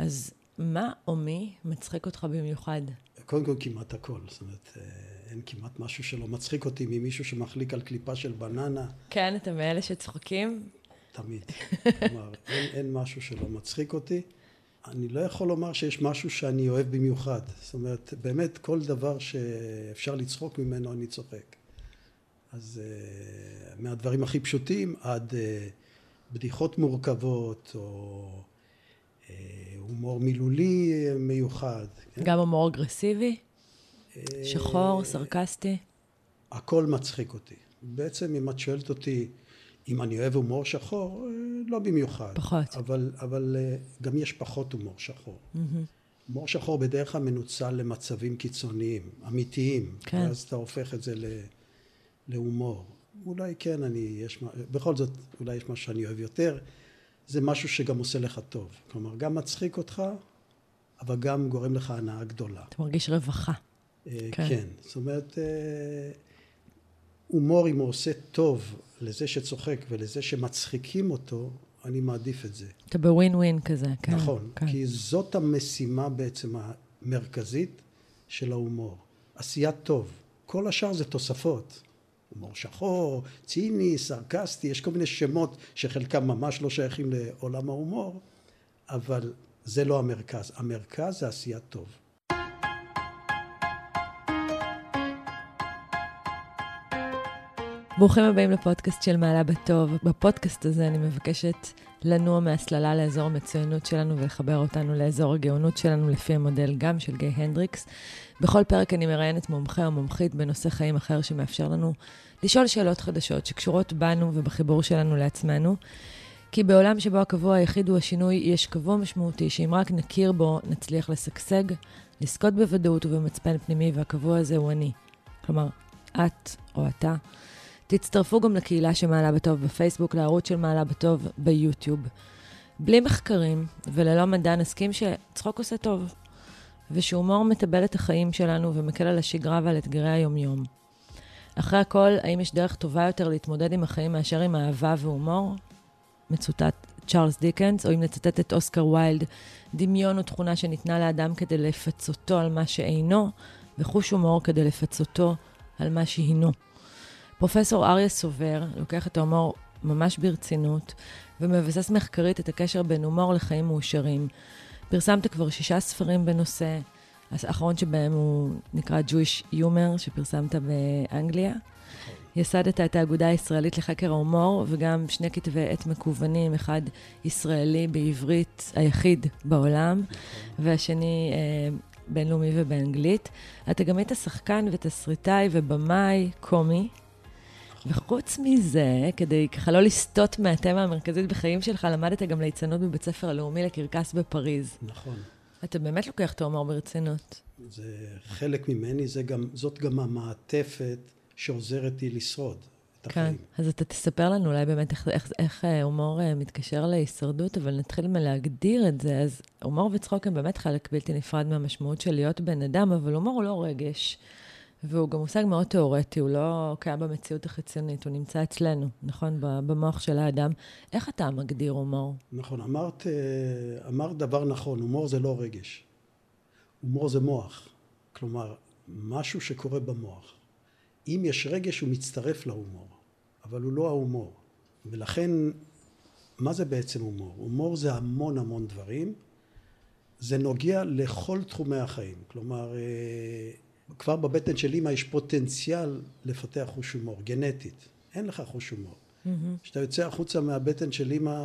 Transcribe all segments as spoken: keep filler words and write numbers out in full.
אז מה או מי מצחיק אותך במיוחד? קודם כל כמעט הכל, זאת אומרת, אין כמעט משהו שלא מצחיק אותי ממישהו שמחליק על קליפה של בננה. כן, אתה מאלה שצחוקים? תמיד. כלומר, אין, אין משהו שלא מצחיק אותי. אני לא יכול לומר שיש משהו שאני אוהב במיוחד. זאת אומרת, באמת כל דבר שאפשר לצחוק ממנו אני צוחק. אז uh, מהדברים הכי פשוטים עד uh, בדיחות מורכבות או uh, הומור מילולי מיוחד. כן? גם הומור אגרסיבי? Uh, שחור, סרקסטי? הכל מצחיק אותי. בעצם אם את שואלת אותי אם אני אוהב הומור שחור, לא במיוחד. פחות. אבל, אבל גם יש פחות הומור שחור. Mm-hmm. הומור שחור בדרך כלל מנוצל למצבים קיצוניים, אמיתיים. כן. ואז אתה הופך את זה ל, להומור. אולי כן, אני, יש, בכל זאת, אולי יש משהו שאני אוהב יותר. זה משהו שגם עושה לך טוב. כלומר, גם מצחיק אותך, אבל גם גורם לך הנאה גדולה. אתה מרגיש רווחה. כן. כן. זאת אומרת, הומור אם הוא עושה טוב לזה שצוחק ולזה שמצחיקים אותו, אני מעדיף את זה. אתה בווין ווין כזה, כן. נכון, כן. כי זאת המשימה בעצם המרכזית של ההומור. עשיית טוב. כל השאר זה תוספות. הומור שחור, ציני, סרקסטי, יש כל מיני שמות שחלקם ממש לא שייכים לעולם ההומור, אבל זה לא המרכז. המרכז זה עשיית טוב. ברוכים הבאים לפודקאסט של מעלה בטוב. בפודקאסט הזה אני מבקשת לנוע מהסללה לאזור המצוינות שלנו ולחבר אותנו לאזור הגאונות שלנו לפי המודל גם של גיא הנדריקס. בכל פרק אני מראיינת מומחה או מומחית בנושא חיים אחר שמאפשר לנו לשאול שאלות חדשות שקשורות בנו ובחיבור שלנו לעצמנו. כי בעולם שבו הקבוע היחיד הוא השינוי, יש קבוע משמעותי שאם רק נכיר בו נצליח לשגשג, לזכות בוודאות ובמצפן פנימי, והקבוע הזה הוא אני. כלומר, את או אתה. תצטרפו גם לקהילה שמעלה בטוב בפייסבוק, לערוץ של מעלה בטוב ביוטיוב. בלי מחקרים וללא מדע נסכים שצחוק עושה טוב, ושהומור מטבל את החיים שלנו ומקל על השגרה ועל אתגרי היומיום. אחרי הכל, האם יש דרך טובה יותר להתמודד עם החיים מאשר עם אהבה והומור? מצוטט צ'ארלס דיקנס, או אם נצטט את אוסקר ויילד, דמיון הוא תכונה שניתנה לאדם כדי לפצותו על מה שאינו, וחוש הומור כדי לפצותו על מה שהינו. פרופסור אריה סובר לוקח את ההומור ממש ברצינות, ומבסס מחקרית את הקשר בין הומור לחיים מאושרים. פרסמת כבר שישה ספרים בנושא, האחרון שבהם הוא נקרא Jewish Humor, שפרסמת באנגליה. יסדת את האגודה הישראלית לחקר ההומור, וגם שני כתבי עת מקוונים, אחד ישראלי בעברית היחיד בעולם, והשני אה, בינלאומי ובאנגלית. אתה גם היית שחקן ותסריטאי ובמאי קומי, וחוץ מזה, כדי ככה לא לסטות מהתמה המרכזית בחיים שלך, למדת גם ליצנות בבית ספר הלאומי לקרקס בפריז. נכון. אתה באמת לוקח את ההומור ברצינות. זה חלק ממני, זה גם, זאת גם המעטפת שעוזרת לי לשרוד את החיים. כן, אז אתה תספר לנו אולי באמת איך, איך, איך הומור מתקשר להישרדות, אבל נתחיל מלהגדיר את זה. אז הומור וצחוק הם באמת חלק בלתי נפרד מהמשמעות של להיות בן אדם, אבל הומור הוא לא רגש. והוא גם מושג מאוד תיאורטי, הוא לא קיים במציאות החיצונית, הוא נמצא אצלנו, נכון? במוח של האדם. איך אתה מגדיר הומור? נכון, אמרת, אמרת דבר נכון, הומור זה לא רגש. הומור זה מוח. כלומר, משהו שקורה במוח. אם יש רגש, הוא מצטרף להומור, אבל הוא לא ההומור. ולכן, מה זה בעצם הומור? הומור זה המון המון דברים. זה נוגע לכל תחומי החיים. כלומר, כבר בבטן של אמא יש פוטנציאל לפתח חוש הומור, גנטית. אין לך חוש הומור. כשאתה mm-hmm. יוצא החוצה מהבטן של אמא,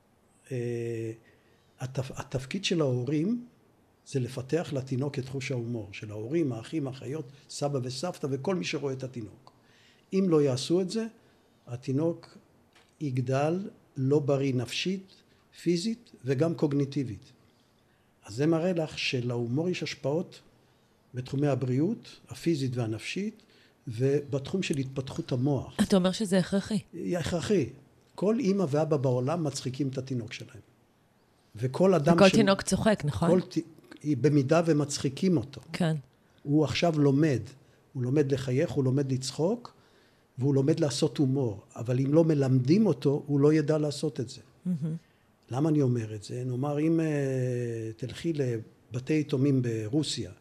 אה, התפ... התפקיד של ההורים זה לפתח לתינוק את חוש ההומור, של ההורים, האחים, האחיות, סבא וסבתא וכל מי שרואה את התינוק. אם לא יעשו את זה, התינוק יגדל לא בריא נפשית, פיזית וגם קוגניטיבית. אז זה מראה לך שלהומור יש השפעות בתחומי הבריאות, הפיזית והנפשית, ובתחום של התפתחות המוח. אתה אומר שזה הכרחי. הכרחי. כל אמא ואבא בעולם מצחיקים את התינוק שלהם. וכל אדם... וכל ש... תינוק צוחק, נכון? כל... במידה ומצחיקים אותו. כן. הוא עכשיו לומד. הוא לומד לחייך, הוא לומד לצחוק, והוא לומד לעשות הומור. אבל אם לא מלמדים אותו, הוא לא ידע לעשות את זה. Mm-hmm. למה אני אומר את זה? נאמר, אם uh, תלכי לבתי יתומים ברוסיה,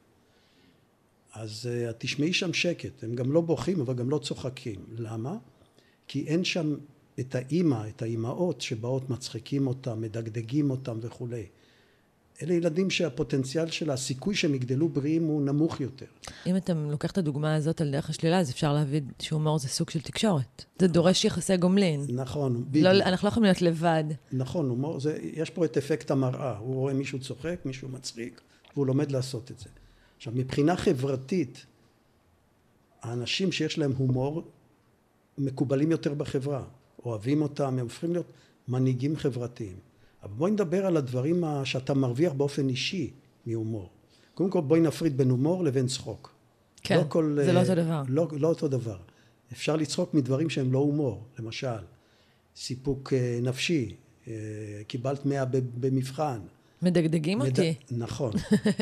אז uh, תשמעי שם שקט. הם גם לא בוכים, אבל גם לא צוחקים. למה? כי אין שם את האימא, את האימהות שבאות מצחיקים אותם, מדגדגים אותם וכו'. אלה ילדים שהפוטנציאל של הסיכוי שהם יגדלו בריאים הוא נמוך יותר. אם אתה לוקח את הדוגמה הזאת על דרך השלילה, אז אפשר להבין שהומור זה סוג של תקשורת. זה דורש יחסי גומלין. נכון. לא, אנחנו לא יכולים להיות לבד. נכון, הומור, זה, יש פה את אפקט המראה. הוא רואה מישהו צוחק, מישהו מצחיק, והוא לומד לעשות את זה. עכשיו, מבחינה חברתית, האנשים שיש להם הומור, מקובלים יותר בחברה. אוהבים אותם, הם הופכים להיות מנהיגים חברתיים. אבל בואי נדבר על הדברים שאתה מרוויח באופן אישי מהומור. קודם כל בואי נפריד בין הומור לבין צחוק. כן, לא כל, זה לא אותו דבר. לא, לא אותו דבר. אפשר לצחוק מדברים שהם לא הומור. למשל, סיפוק נפשי, קיבלת מאה במבחן. מדגדגים מד... אותי. נכון.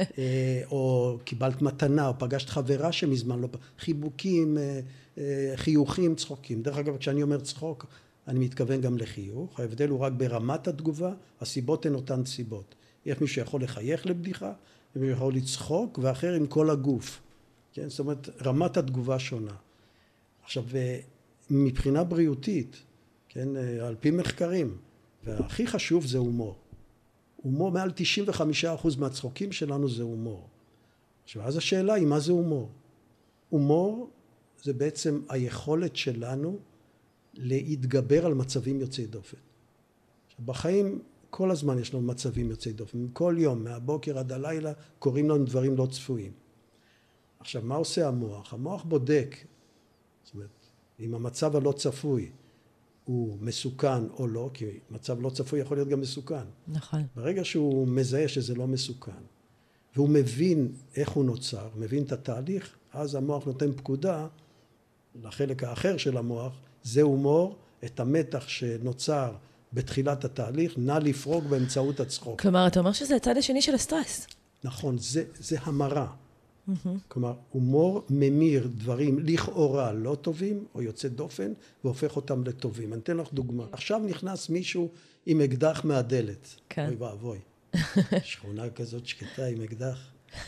או קיבלת מתנה, או פגשת חברה שמזמן לא... חיבוקים, חיוכים, צחוקים. דרך אגב, כשאני אומר צחוק, אני מתכוון גם לחיוך. ההבדל הוא רק ברמת התגובה, הסיבות הן אותן סיבות. יש מישהו שיכול לחייך לבדיחה, ומישהו יכול לצחוק, ואחר עם כל הגוף. כן? זאת אומרת, רמת התגובה שונה. עכשיו, מבחינה בריאותית, כן, על פי מחקרים, והכי חשוב זה הומור. הומור, מעל תשעים וחמישה אחוז מהצחוקים שלנו זה הומור. עכשיו, אז השאלה היא, מה זה הומור? הומור זה בעצם היכולת שלנו להתגבר על מצבים יוצאי דופן. עכשיו, בחיים כל הזמן יש לנו מצבים יוצאי דופן. כל יום, מהבוקר עד הלילה, קוראים לנו דברים לא צפויים. עכשיו, מה עושה המוח? המוח בודק, זאת אומרת, אם המצב הלא צפוי הוא מסוכן או לא, כי מצב לא צפוי יכול להיות גם מסוכן. נכון. ברגע שהוא מזהה שזה לא מסוכן, והוא מבין איך הוא נוצר, מבין את התהליך, אז המוח נותן פקודה לחלק האחר של המוח, זה הומור, את המתח שנוצר בתחילת התהליך, נא לפרוק באמצעות הצחוק. כלומר, אתה אומר שזה הצד השני של הסטרס. נכון, זה, זה המרה. Mm-hmm. כלומר, הומור ממיר דברים לכאורה לא טובים או יוצא דופן והופך אותם לטובים. אני אתן לך דוגמה. עכשיו נכנס מישהו עם אקדח מהדלת. כן. אוי ואבוי. שכונה כזאת שקטה עם אקדח.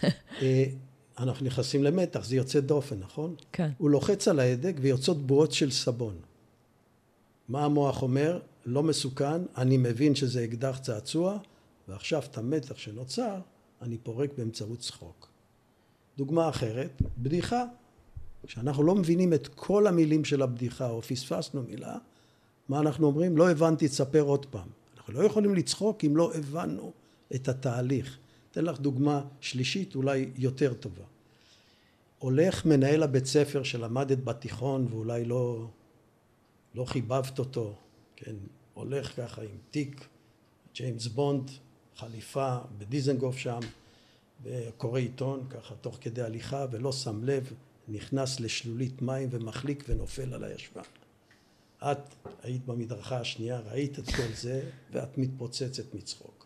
אנחנו נכנסים למתח, זה יוצא דופן, נכון? כן. הוא לוחץ על ההדק ויוצאות בועות של סבון. מה המוח אומר? לא מסוכן, אני מבין שזה אקדח צעצוע, ועכשיו את המתח שנוצר, אני פורק באמצעות צחוק. דוגמה אחרת, בדיחה. כשאנחנו לא מבינים את כל המילים של הבדיחה, או פספסנו מילה, מה אנחנו אומרים? לא הבנתי, תספר עוד פעם. אנחנו לא יכולים לצחוק אם לא הבנו את התהליך. אתן לך דוגמה שלישית, אולי יותר טובה. הולך מנהל הבית ספר שלמדת בתיכון, ואולי לא, לא חיבבת אותו, כן? הולך ככה עם תיק, ג'יימס בונד, חליפה, בדיזנגוף שם, וקורא עיתון ככה תוך כדי הליכה, ולא שם לב, נכנס לשלולית מים ומחליק ונופל על הישבן. את היית במדרכה השנייה, ראית את כל זה, ואת מתפוצצת מצחוק.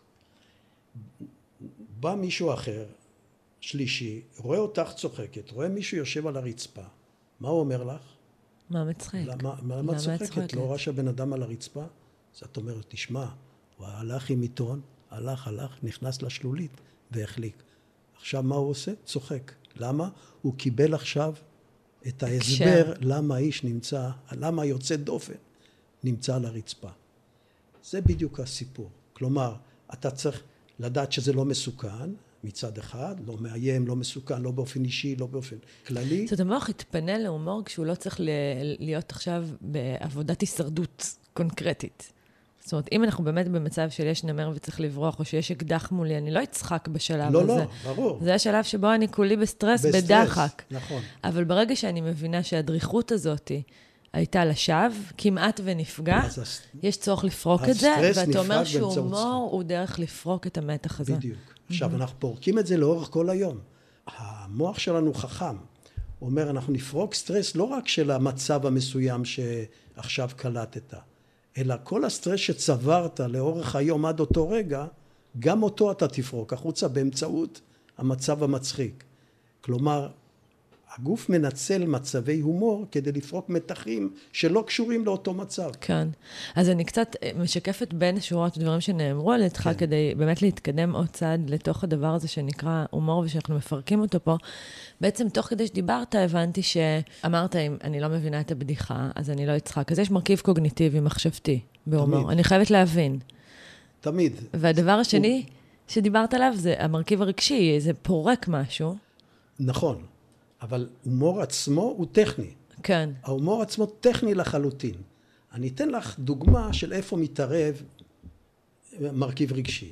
בא מישהו אחר, שלישי, רואה אותך צוחקת, רואה מישהו יושב על הרצפה. מה הוא אומר לך? מה מצחק? למה, למה את צוחקת? לא רואה שהבן אדם על הרצפה? אז את אומרת, תשמע, הוא הלך עם עיתון, הלך, הלך, נכנס לשלולית והחליק. עכשיו מה הוא עושה? צוחק. למה? הוא קיבל עכשיו את ההסבר למה האיש נמצא, למה יוצא דופן נמצא על הרצפה. זה בדיוק הסיפור. כלומר, אתה צריך לדעת שזה לא מסוכן, מצד אחד, לא מאיים, לא מסוכן, לא באופן אישי, לא באופן כללי. זאת המוח התפנה להומור כשהוא לא צריך להיות עכשיו בעבודת הישרדות קונקרטית. זאת אומרת, אם אנחנו באמת במצב של יש נמר וצריך לברוח, או שיש אקדח מולי, אני לא אצחק בשלב לא, הזה. לא, לא, ברור. זה השלב שבו אני כולי בסטרס, בסטרס, בדחק. נכון. אבל ברגע שאני מבינה שהדריכות הזאת הייתה לשווא, כמעט ונפגע, הס... יש צורך לפרוק את זה, ואתה אומר שהומור הוא דרך לפרוק את המתח הזה. בדיוק. עכשיו, mm-hmm. אנחנו פורקים את זה לאורך כל היום. המוח שלנו חכם. הוא אומר, אנחנו נפרוק סטרס לא רק של המצב המסוים שעכשיו קלטת, אלא כל הסטרס שצברת לאורך היום עד אותו רגע, גם אותו אתה תפרוק החוצה באמצעות המצב המצחיק. כלומר, הגוף מנצל מצבי הומור כדי לפרוק מתחים שלא קשורים לאותו מצב. כן. אז אני קצת משקפת בין השורות דברים שנאמרו על ידך, כן. כדי באמת להתקדם עוד צעד לתוך הדבר הזה שנקרא הומור, ושאנחנו מפרקים אותו פה. בעצם תוך כדי שדיברת, הבנתי שאמרת, אם אני לא מבינה את הבדיחה, אז אני לא אצחק. אז יש מרכיב קוגניטיבי, מחשבתי, בהומור. תמיד. אני חייבת להבין. תמיד. והדבר השני הוא... שדיברת עליו, זה המרכיב הרגשי, זה פורק משהו. נכון. אבל הומור עצמו הוא טכני. כן. ההומור עצמו טכני לחלוטין. אני אתן לך דוגמה של איפה מתערב מרכיב רגשי,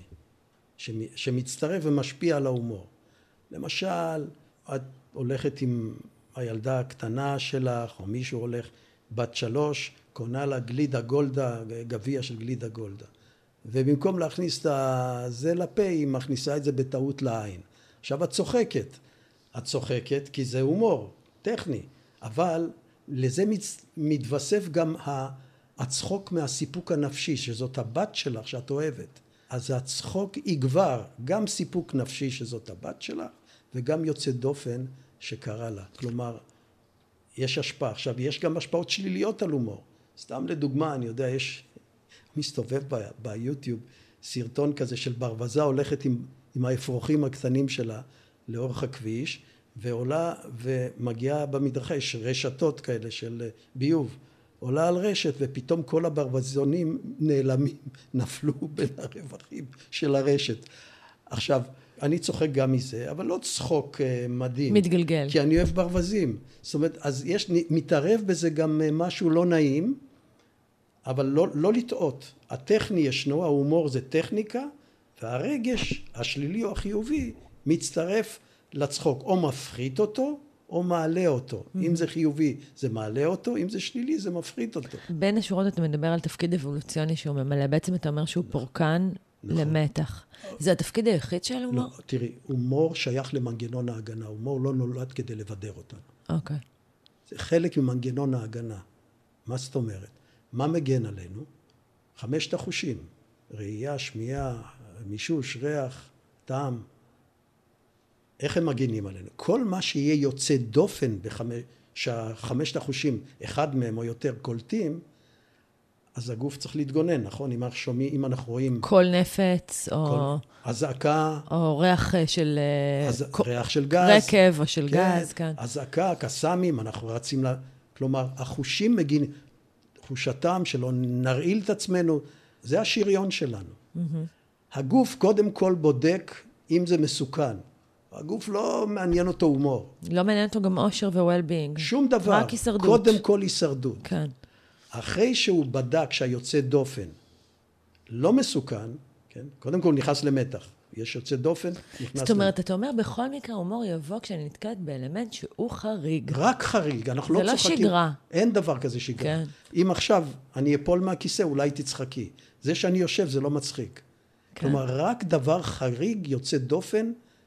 שמצטרף ומשפיע על ההומור. למשל, את הולכת עם הילדה הקטנה שלך, או מישהו הולך בת שלוש, קונה לה גלידה גולדה, גביע של גלידה גולדה. ובמקום להכניס את זה לפה, היא מכניסה את זה בטעות לעין. עכשיו את צוחקת. את צוחקת כי זה הומור, טכני, אבל לזה מתווסף גם הצחוק מהסיפוק הנפשי, שזאת הבת שלך שאת אוהבת. אז הצחוק יגבר גם סיפוק נפשי שזאת הבת שלך, וגם יוצא דופן שקרה לה. כלומר, יש השפעה. עכשיו, יש גם השפעות שליליות על הומור. סתם לדוגמה, אני יודע, יש, מסתובב ב- ביוטיוב סרטון כזה של ברווזה הולכת עם, עם האפרוחים הקטנים שלה, לאורך הכביש, ועולה ומגיעה במדרכה, יש רשתות כאלה של ביוב, עולה על רשת ופתאום כל הברווזונים נעלמים, נפלו בין הרווחים של הרשת. עכשיו, אני צוחק גם מזה, אבל לא צחוק מדהים. מתגלגל. כי אני אוהב ברווזים. זאת אומרת, אז יש, מתערב בזה גם משהו לא נעים, אבל לא, לא לטעות. הטכני ישנו, ההומור זה טכניקה, והרגש השלילי או החיובי מצטרף לצחוק, או מפחית אותו, או מעלה אותו. Mm-hmm. אם זה חיובי, זה מעלה אותו, אם זה שלילי, זה מפחית אותו. בין השורות אתה מדבר על תפקיד אבולוציוני שהוא ממלא, בעצם אתה אומר שהוא נכון. פורקן נכון. למתח. זה התפקיד היחיד של הומור? לא, תראי, הומור שייך למנגנון ההגנה, הומור לא נולד כדי לבדר אותנו. אוקיי. זה חלק ממנגנון ההגנה. מה זאת אומרת? מה מגן עלינו? חמשת החושים, ראייה, שמיעה, מישוש, ריח, טעם. איך הם מגינים עלינו? כל מה שיהיה יוצא דופן, בחמש, שהחמשת החושים, אחד מהם או יותר קולטים, אז הגוף צריך להתגונן, נכון? אם אנחנו שומעים, אם אנחנו רואים... כל נפץ, או... הזעקה... או ריח של... אז, כל... ריח של גז. רקב או של כן, גז, כן. הזעקה, קסמים, אנחנו רצים לה... כלומר, החושים מגינים... חושתם שלא נרעיל את עצמנו, זה השריון שלנו. Mm-hmm. הגוף קודם כל בודק אם זה מסוכן. הגוף לא מעניין אותו הומור. לא מעניין אותו גם אושר ו-well-being. שום דבר. רק הישרדות. קודם כל הישרדות. כן. אחרי שהוא בדק שהיוצא דופן לא מסוכן, כן? קודם כל נכנס למתח. יש יוצא דופן, נכנס למתח. זאת אומרת, אתה אומר, בכל מקרה הומור יבוא כשאני נתקלת באלמנט שהוא חריג. רק חריג, אנחנו לא צוחקים. זה לא שגרה. אין דבר כזה שגרה. כן. אם עכשיו אני אפול מהכיסא, אולי תצחקי. זה שאני יושב, זה לא מצחיק. כן. כלומר, רק דבר חריג, יוצא דופן,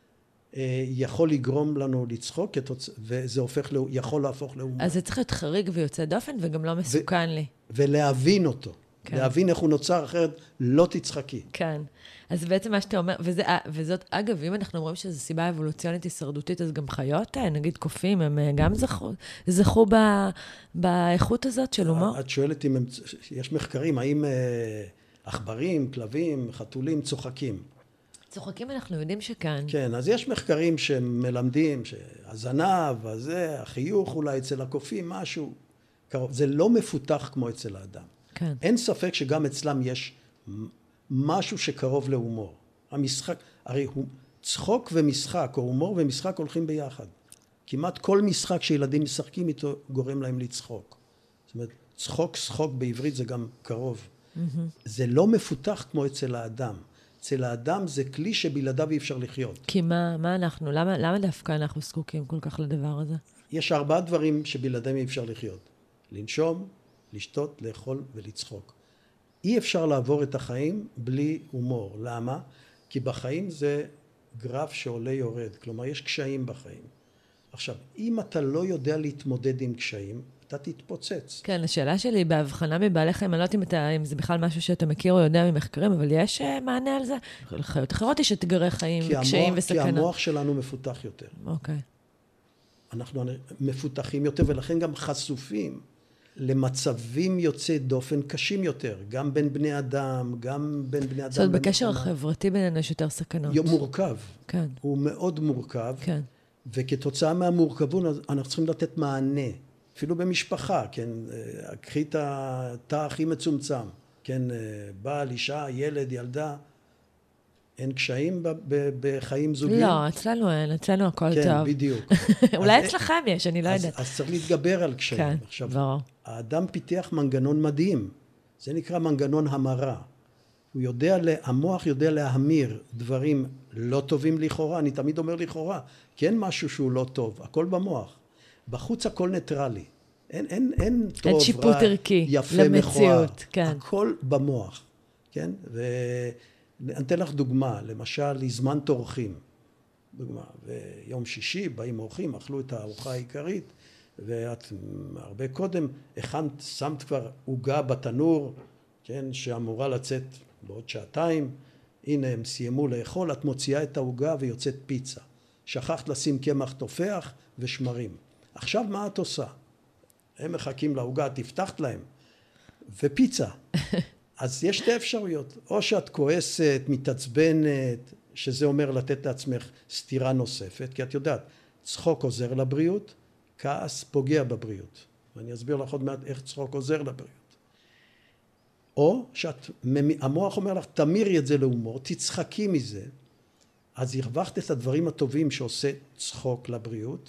יכול לגרום לנו לצחוק, וזה הופך, יכול להפוך להומור. אז זה צריך להיות חריג ויוצא דופן, וגם לא מסוכן לי. ולהבין אותו. כן. להבין איך הוא נוצר, אחרת לא תצחקי. כן. אז בעצם מה שאתה אומר, וזה, וזאת, אגב, אם אנחנו אומרים שזו סיבה אבולוציונית הישרדותית, אז גם חיות, נגיד קופים, הם גם זכו, זכו ב, באיכות הזאת של הומור? את שואלת אם הם, יש מחקרים, האם עכברים, כלבים, חתולים, צוחקים? צוחקים אנחנו יודעים שכאן. כן, אז יש מחקרים שמלמדים שהזנב, הזה, החיוך אולי אצל הקופים, משהו קרוב. זה לא מפותח כמו אצל האדם. כן. אין ספק שגם אצלם יש משהו שקרוב להומור. המשחק, הרי צחוק ומשחק, או הומור ומשחק הולכים ביחד. כמעט כל משחק שילדים משחקים איתו גורם להם לצחוק. זאת אומרת, צחוק, צחוק בעברית זה גם קרוב. Mm-hmm. זה לא מפותח כמו אצל האדם. אצל האדם זה כלי שבלעדיו אי אפשר לחיות. כי מה, מה אנחנו, למה, למה דווקא אנחנו זקוקים כל כך לדבר הזה? יש ארבעה דברים שבלעדיהם אי אפשר לחיות. לנשום, לשתות, לאכול ולצחוק. אי אפשר לעבור את החיים בלי הומור. למה? כי בחיים זה גרף שעולה יורד. כלומר, יש קשיים בחיים. עכשיו, אם אתה לא יודע להתמודד עם קשיים, אתה תתפוצץ. כן, השאלה שלי בהבחנה מבעלי חיים, אני לא יודעת אם, אם זה בכלל משהו שאתה מכיר או יודע ממחקרים, אבל יש מענה על זה. לחיות אחרות יש אתגרי חיים, קשיים וסכנה. כי המוח שלנו מפותח יותר. אוקיי. אנחנו מפותחים יותר, ולכן גם חשופים למצבים יוצאי דופן קשים יותר, גם בין בני אדם, גם בין בני אדם... זאת אומרת, בקשר החברתי בינינו יש יותר סכנות. מורכב. כן. הוא מאוד מורכב. כן. וכתוצאה מהמורכבות, אנחנו צריכים לתת מענה. אפילו במשפחה, כן? קחי את התא הכי מצומצם, כן? בעל, אישה, ילד, ילדה. אין קשיים בחיים זוגיים? לא, אצלנו אין, אצלנו הכל טוב. כן, בדיוק. אולי אצלכם יש, אני לא יודעת. אז צריך להתגבר על קשיים. כן, עכשיו, ברור. האדם פיתח מנגנון מדהים. זה נקרא מנגנון המרה. הוא יודע, המוח יודע להמיר דברים לא טובים לכאורה. אני תמיד אומר לכאורה, כי אין משהו שהוא לא טוב. הכל במוח. בחוץ הכל ניטרלי. אין, אין, אין טוב, אין שיפוט ערכי, יפה, מכוער. כן. הכל במוח. כן? ו... אני אתן לך דוגמה, למשל, לזמן תורכים. דוגמה, ויום שישי באים אורחים, אכלו את הארוחה העיקרית, ואת הרבה קודם הכנת, שמת כבר עוגה בתנור, כן, שאמורה לצאת בעוד שעתיים, הנה הם סיימו לאכול, את מוציאה את העוגה ויוצאת פיצה. שכחת לשים קמח תופח ושמרים. עכשיו מה את עושה? הם מחכים לעוגה, את הבטחת להם, ופיצה. אז יש שתי אפשרויות, או שאת כועסת, מתעצבנת, שזה אומר לתת לעצמך סתירה נוספת, כי את יודעת, צחוק עוזר לבריאות, כעס פוגע בבריאות. ואני אסביר לך עוד מעט איך צחוק עוזר לבריאות. או שאת, המוח אומר לך, תמירי את זה להומור, תצחקי מזה, אז הרווחת את הדברים הטובים שעושה צחוק לבריאות,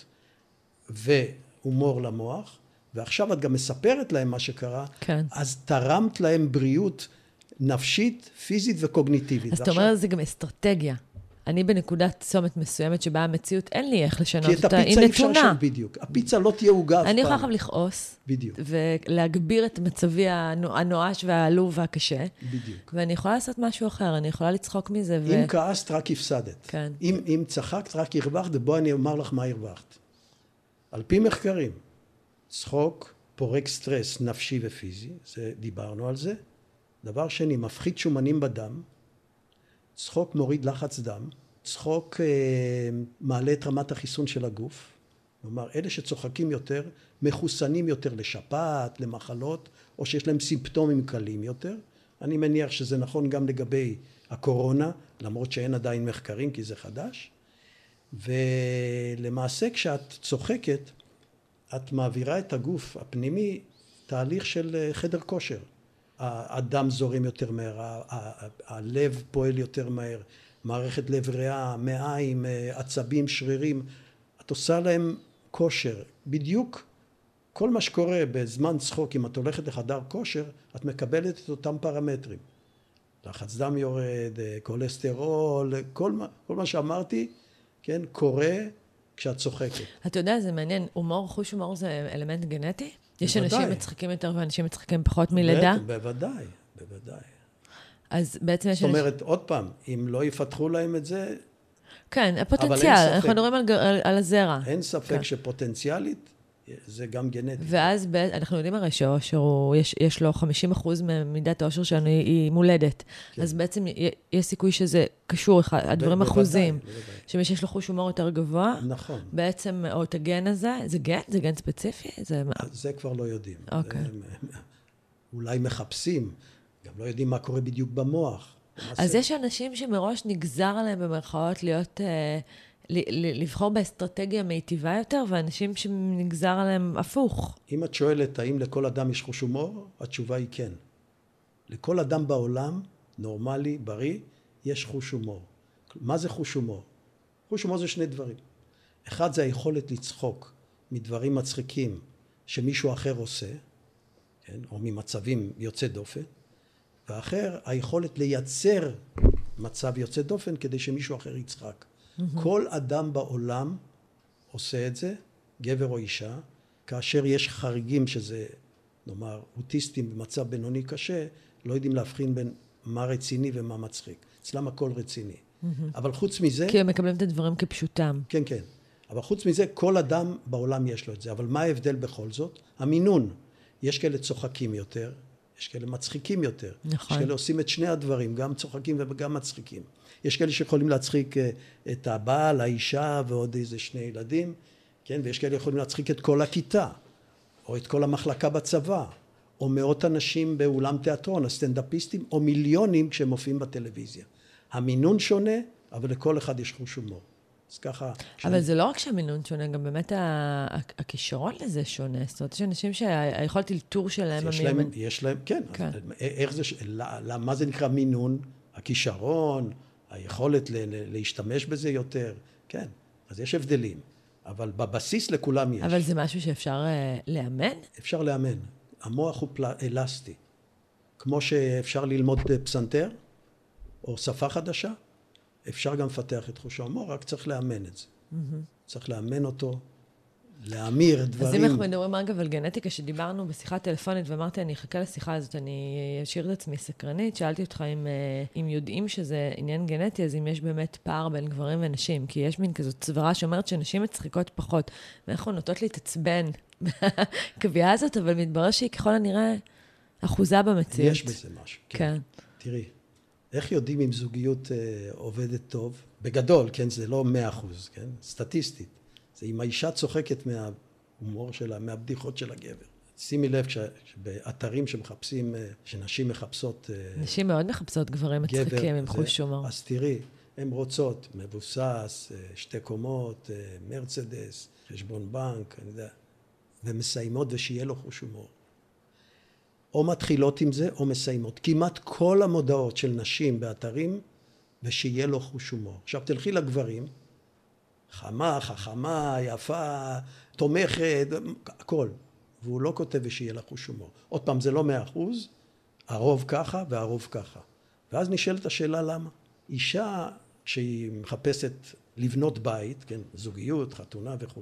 והומור למוח, ועכשיו את גם מספרת להם מה שקרה, כן. אז תרמת להם בריאות נפשית, פיזית וקוגניטיבית. אז אתה אומר, זה גם אסטרטגיה. אני בנקודת צומת מסוימת שבה המציאות, אין לי איך לשנות אותה, כי את הפיצה אי אפשר לשנות בדיוק. הפיצה לא תהיה עוגה אף פעם. אני יכולה עכשיו לכעוס, בדיוק. ולהגביר את מצבי הנואש והעלוב והקשה. בדיוק. ואני יכולה לעשות משהו אחר, אני יכולה לצחוק מזה. אם ו... כעסת, רק הפסדת. כן. אם, אם צחקת, רק הרווחת, ובוא אני אומר לך מה הרווחת. על פי מחקרים, צחוק פורק סטרס נפשי ופיזי, זה, דיברנו על זה. דבר שני, מפחית שומנים בדם, צחוק מוריד לחץ דם, צחוק אה, מעלה את רמת החיסון של הגוף, כלומר, אלה שצוחקים יותר, מחוסנים יותר לשפעת, למחלות, או שיש להם סימפטומים קלים יותר. אני מניח שזה נכון גם לגבי הקורונה, למרות שאין עדיין מחקרים, כי זה חדש. ולמעשה, כשאת צוחקת, את מעבירה את הגוף הפנימי תהליך של חדר כושר. הדם זורם יותר מהר, הלב פועל יותר מהר, מערכת לב ריאה, מעיים, עצבים, שרירים. את עושה להם כושר. בדיוק כל מה שקורה בזמן צחוק, אם את הולכת לחדר כושר, את מקבלת את אותם פרמטרים. לחץ דם יורד, כולסטרול, כל מה, כל מה שאמרתי, כן, קורה כשאת צוחקת. אתה יודע, זה מעניין, הומור, חוש הומור זה אלמנט גנטי? יש אנשים מצחיקים יותר ואנשים מצחיקים פחות מלידה? בוודאי, בוודאי. אז בעצם יש... זאת אומרת, עוד פעם, אם לא יפתחו להם את זה... כן, הפוטנציאל, אנחנו מדברים על הזרע. אין ספק שפוטנציאלית זה גם גנטי. ואז אנחנו יודעים הרי שאושר, יש לו חמישים אחוז ממידת האושר שלנו היא מולדת. אז בעצם יש סיכוי שזה קשור, הדברים אחוזים. שמי שיש לו חוש הומור יותר גבוה. נכון. בעצם, או את הגן הזה, זה גן? זה גן ספציפי? זה כבר לא יודעים. אוקיי. אולי מחפשים, גם לא יודעים מה קורה בדיוק במוח. אז יש אנשים שמראש נגזר עליהם במרכאות להיות... לבחור באסטרטגיה מיטיבה יותר, ואנשים שנגזר עליהם הפוך. אם את שואלת, האם לכל אדם יש חוש הומור? התשובה היא כן. לכל אדם בעולם, נורמלי, בריא, יש חוש הומור. מה זה חוש הומור? חוש הומור זה שני דברים. אחד זה היכולת לצחוק מדברים מצחיקים שמישהו אחר עושה, כן? או ממצבים יוצא דופן, ואחר, היכולת לייצר מצב יוצא דופן כדי שמישהו אחר יצחק. כל אדם בעולם עושה את זה, גבר או אישה, כאשר יש חריגים שזה, נאמר, אוטיסטים במצב בינוני קשה, לא יודעים להבחין בין מה רציני ומה מצחיק. אצלם הכל רציני. אבל חוץ מזה... כי הם מקבלים את הדברים כפשוטם. כן, כן. אבל חוץ מזה, כל אדם בעולם יש לו את זה. אבל מה ההבדל בכל זאת? המינון. יש כאלה צוחקים יותר, יש כאלה מצחיקים יותר. נכון. יש כאלה עושים את שני הדברים, גם צוחקים וגם מצחיקים. יש כאלה שיכולים להצחיק את הבעל, האישה ועוד איזה שני ילדים, כן? ויש כאלה יכולים להצחיק את כל הכיתה, או את כל המחלקה בצבא, או מאות אנשים באולם תיאטרון, הסטנדאפיסטים, או מיליונים כשהם מופיעים בטלוויזיה. המינון שונה, אבל לכל אחד יש חוש הומור. אז ככה... אבל זה לא רק שהמינון שונה, גם באמת הכישרון לזה שונה. זאת אומרת, יש אנשים שהיכולת אלתור שלהם... יש להם, יש להם, כן. איך זה, מה זה נקרא מינון? הכישרון, היכולת להשתמש בזה יותר. כן, אז יש הבדלים. אבל בבסיס לכולם יש. אבל זה משהו שאפשר לאמן? אפשר לאמן. המוח הוא אלסטי. כמו שאפשר ללמוד פסנתר, או שפה חדשה, אפשר גם לפתח את חוש ההומור, רק צריך לאמן את זה. Mm-hmm. צריך לאמן אותו, להמיר דברים. אז אם אנחנו מדברים אגב על גנטיקה, שדיברנו בשיחה טלפונית, ואמרתי, אני אחכה לשיחה הזאת, אני אשאיר את עצמי סקרנית, שאלתי אותך אם, אם יודעים שזה עניין גנטי, אז אם יש באמת פער בין גברים ונשים, כי יש מין כזאת צברה שאומרת שנשים מצחיקות פחות, ואנחנו נוטות להתעצבן מהקביעה הזאת, אבל מתברר שהיא ככל הנראה אחוזה במציאות. יש בזה משהו, כן. כן. תראי. איך יודעים אם זוגיות אה, עובדת טוב? בגדול, כן, זה לא מאה אחוז, כן? סטטיסטית. זה אם האישה צוחקת מההומור שלה, מהבדיחות של הגבר. שימי לב, באתרים שמחפשים, שנשים מחפשות... נשים מאוד מחפשות גברים מצחיקים עם חוש הומור. אז תראי, הן רוצות מבוסס, שתי קומות, מרצדס, חשבון בנק, אני יודע, ומסיימות ושיהיה לו חוש הומור. או מתחילות עם זה, או מסיימות. כמעט כל המודעות של נשים באתרים, ושיהיה לו חוש הומור. עכשיו תלכי לגברים, חמה, חכמה, יפה, תומכת, הכל. והוא לא כותב ושיהיה לה חוש הומור. עוד פעם, זה לא מאה אחוז, הרוב ככה והרוב ככה. ואז נשאלת השאלה למה. אישה שהיא מחפשת לבנות בית, כן, זוגיות, חתונה וכו',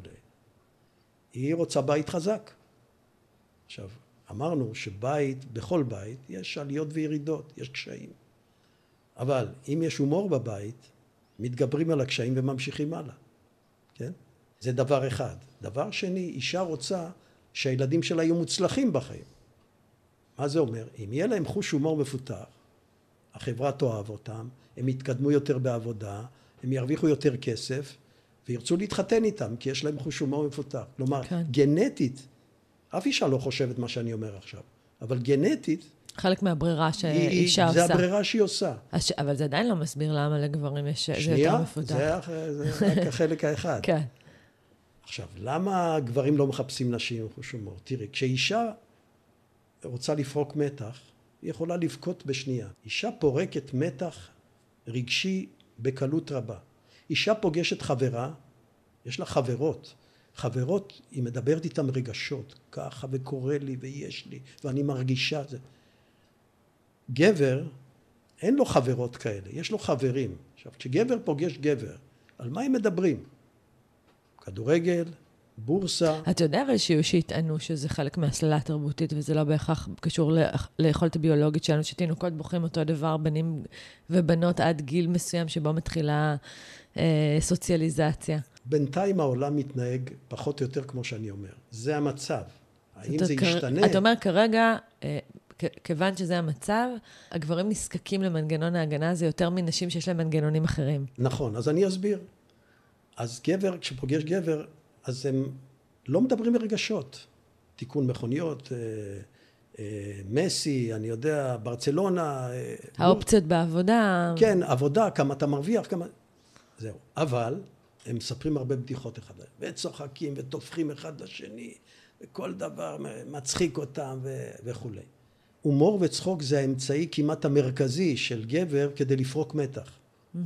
היא רוצה בית חזק. עכשיו, אמרנו שבית, בכל בית, יש עליות וירידות, יש קשיים. אבל אם יש הומור בבית, מתגברים על הקשיים וממשיכים הלאה. כן? זה דבר אחד. דבר שני, אישה רוצה שהילדים שלה יהיו מוצלחים בחיים. מה זה אומר? אם יהיה להם חוש הומור מפותח, החברה תאהב אותם, הם יתקדמו יותר בעבודה, הם ירוויחו יותר כסף, וירצו להתחתן איתם, כי יש להם חוש הומור מפותח. כלומר, כן. גנטית, אף אישה לא חושבת מה שאני אומר עכשיו, אבל גנטית... חלק מהברירה שאישה עושה. זה הברירה שהיא עושה. הש... אבל זה עדיין לא מסביר למה לגברים יש... שנייה, זה, זה, זה רק החלק האחד. כן. עכשיו, למה גברים לא מחפשים נשים עם חוש הומור? תראי, כשאישה רוצה לפרוק מתח, היא יכולה לבכות בשנייה. אישה פורקת מתח רגשי בקלות רבה. אישה פוגשת חברה, יש לה חברות. חברות, היא מדברת איתם רגשות, ככה וקורא לי ויש לי, ואני מרגישה זה. גבר, אין לו חברות כאלה, יש לו חברים. עכשיו, כשגבר פוגש גבר, על מה הם מדברים? כדורגל, בורסה. אתה יודע אבל שיהיו שיטענו שזה חלק מהסללה התרבותית, וזה לא בהכרח קשור ליכולת הביולוגית שלנו, שתינוקות בוחרים אותו דבר, בנים ובנות עד גיל מסוים שבו מתחילה אה, סוציאליזציה. בינתיים העולם מתנהג פחות או יותר כמו שאני אומר. זה המצב. האם זה כ... ישתנה? אתה אומר כרגע, אה, כ- כיוון שזה המצב, הגברים נזקקים למנגנון ההגנה הזה יותר מנשים שיש להם מנגנונים אחרים. נכון, אז אני אסביר. אז גבר, כשפוגש גבר, אז הם לא מדברים ברגשות. תיקון מכוניות, אה, אה, מסי, אני יודע, ברצלונה. אה, האופציות הוא... בעבודה. כן, עבודה, כמה אתה מרוויח, כמה... זהו. אבל הם מספרים הרבה בדיחות אחד, וצוחקים ותופכים אחד לשני, וכל דבר מצחיק אותם ו... וכו'. הומור וצחוק זה האמצעי כמעט המרכזי של גבר כדי לפרוק מתח. Mm-hmm.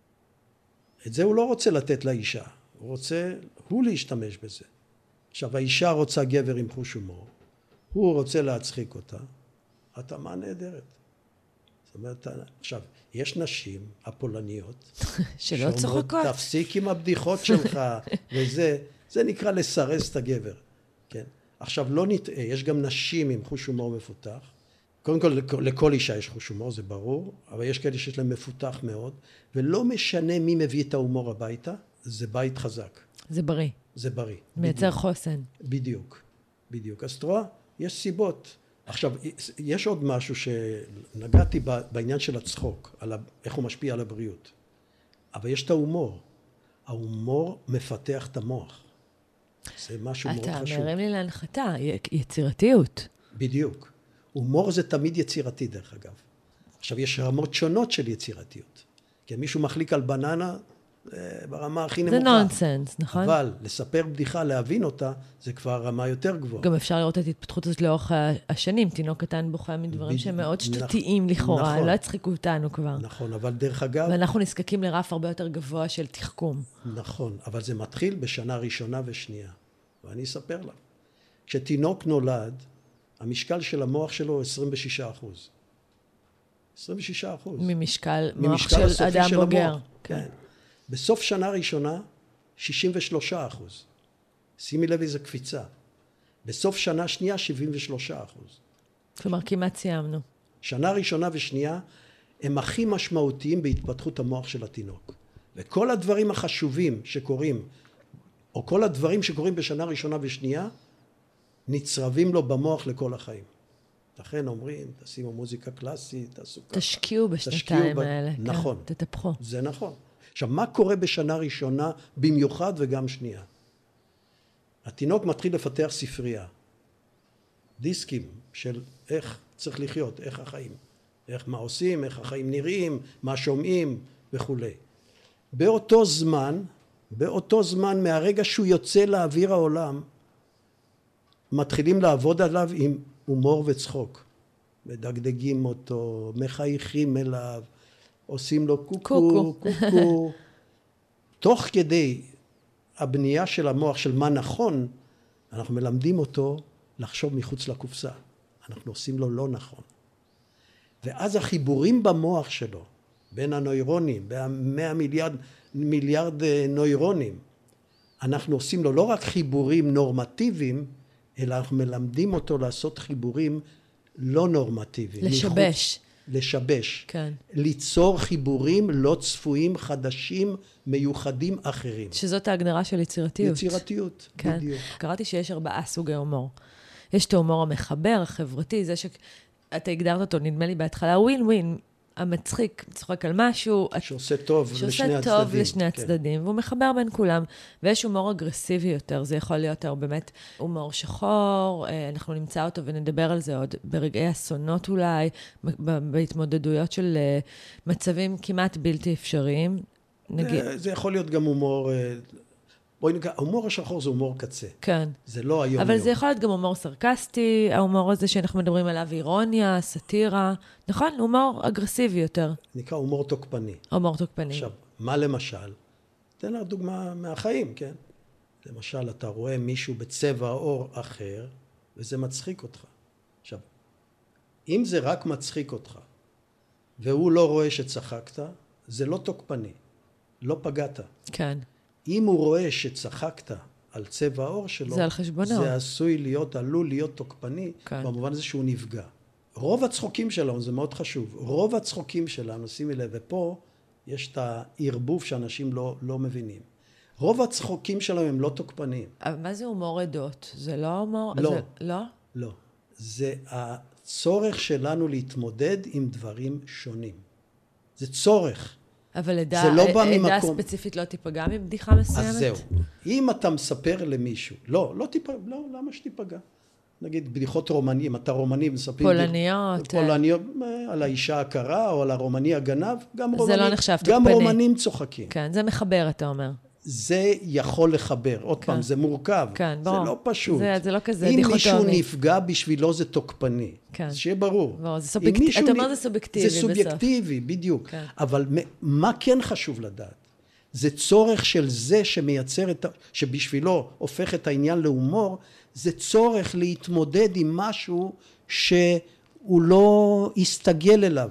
את זה הוא לא רוצה לתת לאישה, הוא רוצה, הוא להשתמש בזה. עכשיו, האישה רוצה גבר עם חוש הומור, הוא רוצה להצחיק אותה, התאמה נהדרת. זאת אומרת, עכשיו, יש נשים, הפולניות, שלא צוחקות. תפסיק עם הבדיחות שלך, וזה, זה נקרא לסרס את הגבר. כן? עכשיו, לא נטעה, יש גם נשים עם חוש הומור מפותח, קודם כל, לכל אישה יש חוש הומור, זה ברור, אבל יש כאלה שיש להם מפותח מאוד, ולא משנה מי מביא את ההומור הביתה, זה בית חזק. זה בריא. זה בריא. מייצר חוסן. בדיוק, בדיוק. אז תראה, יש סיבות. עכשיו, יש עוד משהו שנגעתי בעניין של הצחוק, על איך הוא משפיע על הבריאות. אבל יש את ההומור. ההומור מפתח את המוח. זה משהו מאוד חשוב. אתה מרים לי להנחתה, יצירתיות. בדיוק. הומור זה תמיד יצירתי, דרך אגב. עכשיו, יש רמות שונות של יצירתיות. כי מישהו מחליק על בננה, ברמה הכי נמוכה. זה נונסנס, נכון? אבל לספר בדיחה, להבין אותה, זה כבר רמה יותר גבוהה. גם אפשר לראות את ההתפתחות הזאת לאורך השנים. תינוק קטן בוכה מדברים שהם מאוד שטותיים לכאורה, לא הצחיקו אותנו כבר. נכון, אבל דרך אגב... ואנחנו נזקקים לרף הרבה יותר גבוה של תחכום. נכון, אבל זה מתחיל בשנה ראשונה ושנייה. ואני אספר לך. כשתינוק נולד, המשקל של המוח שלו הוא עשרים ושישה אחוז. עשרים ושישה אחוז. ממשקל מוח של אדם בוגר. כן. בסוף שנה ראשונה, שישים ושלושה אחוז. שימי לב איזה קפיצה. בסוף שנה שנייה, שבעים ושלושה אחוז. כלומר, כמעט סיימנו. שנה ראשונה ושנייה, הם הכי משמעותיים בהתפתחות המוח של התינוק. וכל הדברים החשובים שקורים, או כל הדברים שקורים בשנה ראשונה ושנייה, נצרבים לו במוח לכל החיים. לכן אומרים, תשימו מוזיקה קלאסית, תעשו ככה. תשקיעו בשנתיים האלה. נכון. כן, תטפחו. זה נכון. עכשיו, מה קורה בשנה ראשונה במיוחד וגם שנייה? התינוק מתחיל לפתח ספרייה. דיסקים של איך צריך לחיות, איך החיים. איך מה עושים, איך החיים נראים, מה שומעים וכו'. באותו זמן, באותו זמן, מהרגע שהוא יוצא לאוויר העולם, מתחילים לעבוד עליו עם הומור וצחוק. מדגדגים אותו, מחייכים אליו, עושים לו קוקו, קוקו. קוקו. תוך כדי הבנייה של המוח של מה נכון, אנחנו מלמדים אותו לחשוב מחוץ לקופסה. אנחנו עושים לו לא נכון. ואז החיבורים במוח שלו, בין הנוירונים, בין מיליארד, מיליארד נוירונים, אנחנו עושים לו לא רק חיבורים נורמטיביים, אלא אנחנו מלמדים אותו לעשות חיבורים לא נורמטיביים. לשבש. מחוץ, לשבש. כן. ליצור חיבורים לא צפויים, חדשים, מיוחדים אחרים. שזאת ההגדרה של יצירתיות. יצירתיות, כן. בדיוק. קראתי שיש ארבעה סוגי הומור. יש את ההומור המחבר, החברתי, זה שאתה הגדרת אותו, נדמה לי בהתחלה, ווין ווין, המצחיק, צוחק על משהו. שעושה טוב לשני הצדדים. שעושה טוב לשני הצדדים, כן. והוא מחבר בין כולם. ויש הומור אגרסיבי יותר, זה יכול להיות באמת הומור שחור, אנחנו נמצא אותו ונדבר על זה עוד ברגעי אסונות אולי, בהתמודדויות של מצבים כמעט בלתי אפשריים. נגיד... זה, זה יכול להיות גם הומור... בואי נקרא, ההומור השחור זה הומור קצה. כן. זה לא היום אבל יום. זה יכול להיות גם הומור סרקסטי, ההומור הזה שאנחנו מדברים עליו, אירוניה, סטירה, נכון? הומור אגרסיבי יותר. נקרא הומור תוקפני. הומור תוקפני. עכשיו, מה למשל? תן לך דוגמה מהחיים, כן? למשל, אתה רואה מישהו בצבע עור אחר, וזה מצחיק אותך. עכשיו, אם זה רק מצחיק אותך, והוא לא רואה שצחקת, זה לא תוקפני. לא פגעת. כן. אם הוא רואה שצחקת על צבע העור שלו, זה על חשבונו. זה עשוי להיות, עלול להיות תוקפני, כן. במובן הזה שהוא נפגע. רוב הצחוקים שלנו, זה מאוד חשוב, רוב הצחוקים שלנו, שימי לב, ופה יש את הערבוב שאנשים לא, לא מבינים. רוב הצחוקים שלנו הם לא תוקפניים. אבל מה זה הומור עדות? זה לא הומור? לא. זה, לא? לא. זה הצורך שלנו להתמודד עם דברים שונים. זה צורך. אבל עדה, לא בא עדה ממקום... ספציפית לא תיפגע מבדיחה מסוימת? אז זהו. אם אתה מספר למישהו, לא, לא תיפגע, לא, למה שתיפגע? נגיד, בדיחות רומנים, אתה רומני מספרים... פולניות. פולניות, על האישה הקרה, או על הרומני הגנב, גם רומנים... זה לא נחשב תוקפני. גם רומנים צוחקים. כן, זה מחבר, אתה אומר. זה יכול לחבר. עוד כן. פעם, זה מורכב. כן, ברור. זה לא פשוט. זה, זה לא כזה אם דיכוטומי. מישהו נפגע בשבילו זה תוקפני. כן. אז שיהיה ברור. ברור, זה סובייקטיבי. אתה אומר זה סובייקטיבי זה סובייקטיבי, בסוף. בדיוק. כן. אבל מה כן חשוב לדעת? זה צורך של זה שמייצר את, שבשבילו הופך את העניין להומור, זה צורך להתמודד עם משהו שהוא לא יסתגל אליו.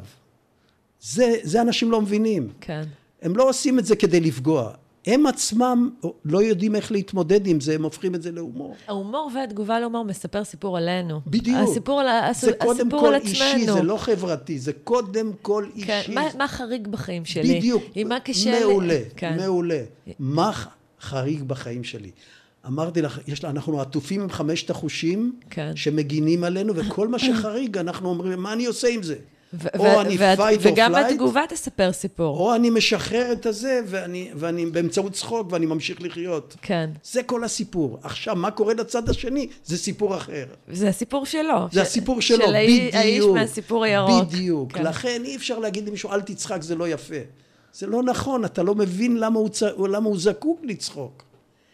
זה, זה אנשים לא מבינים. כן. הם לא עושים את זה כדי לפגוע. הם עצמם לא יודעים איך להתמודד עם זה, הם הופכים את זה להומור. ההומור והתגובה להומור מספר סיפור עלינו. בדיוק. הסיפור על, זה הסיפור קודם כל על אישי, עצמנו. זה לא חברתי, זה קודם כל אישי. כן, מה, מה חריג בחיים שלי? בדיוק. עם מה קשה מעולה, לי? כן. מעולה. מה חריג בחיים שלי? אמרתי לך, יש לה, אנחנו עטופים עם חמשת החושים, כן. שמגינים עלינו, וכל מה שחריג, אנחנו אומרים, מה אני עושה עם זה? או אני fight or flight. וגם בתגובה תספר סיפור. או אני משחרר את הזה, ואני, ואני באמצעות צחוק, ואני ממשיך לחיות. כן. זה כל הסיפור. עכשיו, מה קורה לצד השני? זה סיפור אחר. זה הסיפור שלו. זה הסיפור שלו, בדיוק. האיש מהסיפור הירוק. בדיוק. לכן אי אפשר להגיד למישהו, אל תצחק, זה לא יפה. זה לא נכון, אתה לא מבין למה הוא, למה הוא זקוק לצחוק.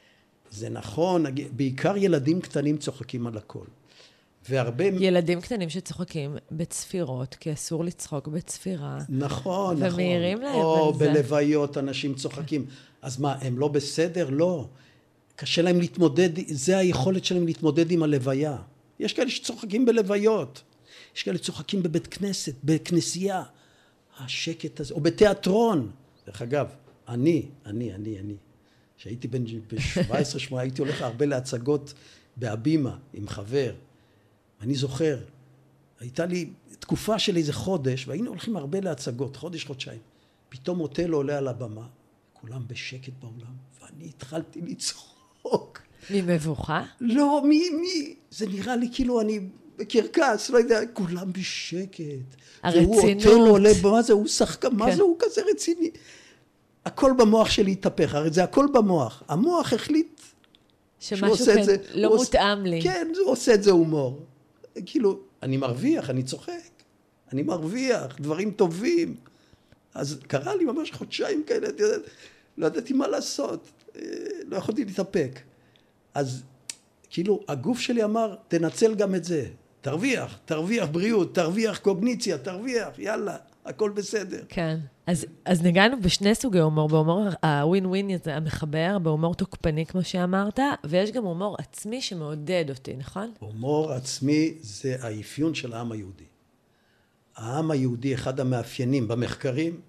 זה נכון, בעיקר ילדים קטנים צוחקים על הכל. והרבה... ילדים קטנים שצוחקים בצפירות, כי אסור לצחוק בצפירה. נכון, נכון. ומעירים להם או על זה. בלוויות אנשים צוחקים. אז מה, הם לא בסדר? לא. קשה להם להתמודד, זה היכולת שלהם להתמודד עם הלוויה. יש כאלה שצוחקים בלוויות. יש כאלה שצוחקים בבית כנסת, בכנסייה. השקט הזה, או בתיאטרון. דרך אגב, אני, אני, אני, אני. שהייתי בן ב-שבע עשרה שמונה, הייתי הולך הרבה להצגות בהבימה עם חבר. אני זוכר, הייתה לי תקופה של איזה חודש, והיינו הולכים הרבה להצגות, חודש, חודשיים. פתאום אוטלו עולה על הבמה, כולם בשקט באולם, ואני התחלתי לצחוק. ממבוכה? לא, מי, מי? זה נראה לי כאילו אני בקרקס, לא יודע, כולם בשקט. הרצינות. והוא אוטלו עולה, מה זה, הוא שחקן, מה זה, הוא כזה רציני. הכל במוח שלי התהפך, הרי זה הכל במוח. המוח החליט שמשהו כן זה, לא מותאם לי. כן, הוא עושה את זה הומור. כאילו, אני מרוויח, אני צוחק. אני מרוויח, דברים טובים. אז קרה לי ממש חודשיים כאלה, לא ידעתי מה לעשות. לא יכולתי להתאפק. אז כאילו, הגוף שלי אמר, תנצל גם את זה. תרוויח, תרוויח בריאות, תרוויח קוגניציה, תרוויח, יאללה. הכל בסדר. כן. אז, אז נגענו בשני סוגי הומור, בהומור הווין ווין הזה המחבר, בהומור תוקפני כמו שאמרת, ויש גם הומור עצמי שמעודד אותי, נכון? הומור עצמי זה האפיון של העם היהודי. העם היהודי, אחד המאפיינים במחקרים,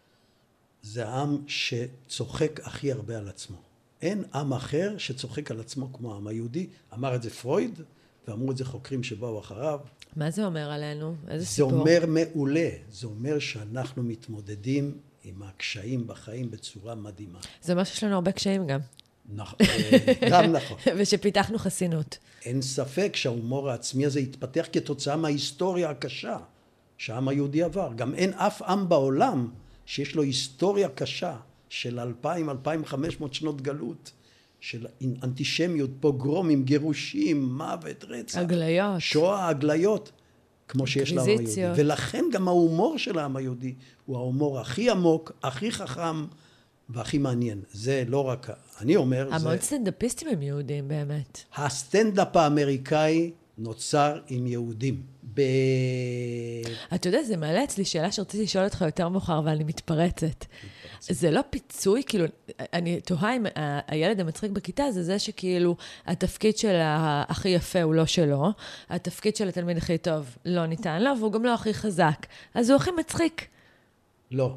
זה העם שצוחק הכי הרבה על עצמו. אין עם אחר שצוחק על עצמו כמו העם היהודי. אמר את זה פרויד, ואמרו את זה חוקרים שבאו אחריו. מה זה אומר עלינו? איזה זה סיפור? זה אומר מעולה. זה אומר שאנחנו מתמודדים עם הקשיים בחיים בצורה מדהימה. זה אומר שיש לנו הרבה קשיים גם. נכון, גם נכון. ושפיתחנו חסינות. אין ספק שההומור העצמי הזה התפתח כתוצאה מההיסטוריה הקשה שהעם היהודי עבר. גם אין אף עם בעולם שיש לו היסטוריה קשה של אלפיים, אלפיים וחמש מאות שנות גלות. של אנטישמיות, פוגרומים, גירושים, מוות, רצח. הגליות. שואה, הגליות, כמו שיש לעם היהודי. ולכן גם ההומור של העם היהודי הוא ההומור הכי עמוק, הכי חכם והכי מעניין. זה לא רק, אני אומר, זה... המון סטנדאפיסטים הם יהודים באמת. הסטנדאפ האמריקאי נוצר עם יהודים. ב... אתה יודע, זה מעלה אצלי שאלה שרציתי לשאול אותך יותר מאוחר, אבל אני מתפרצת. זה לא פיצוי, כאילו, אני תוהה אם הילד המצחיק בכיתה, זה זה שכאילו התפקיד של הכי יפה הוא לא שלו, התפקיד של התלמיד הכי טוב לא ניתן לו, והוא גם לא הכי חזק. אז הוא הכי מצחיק. לא.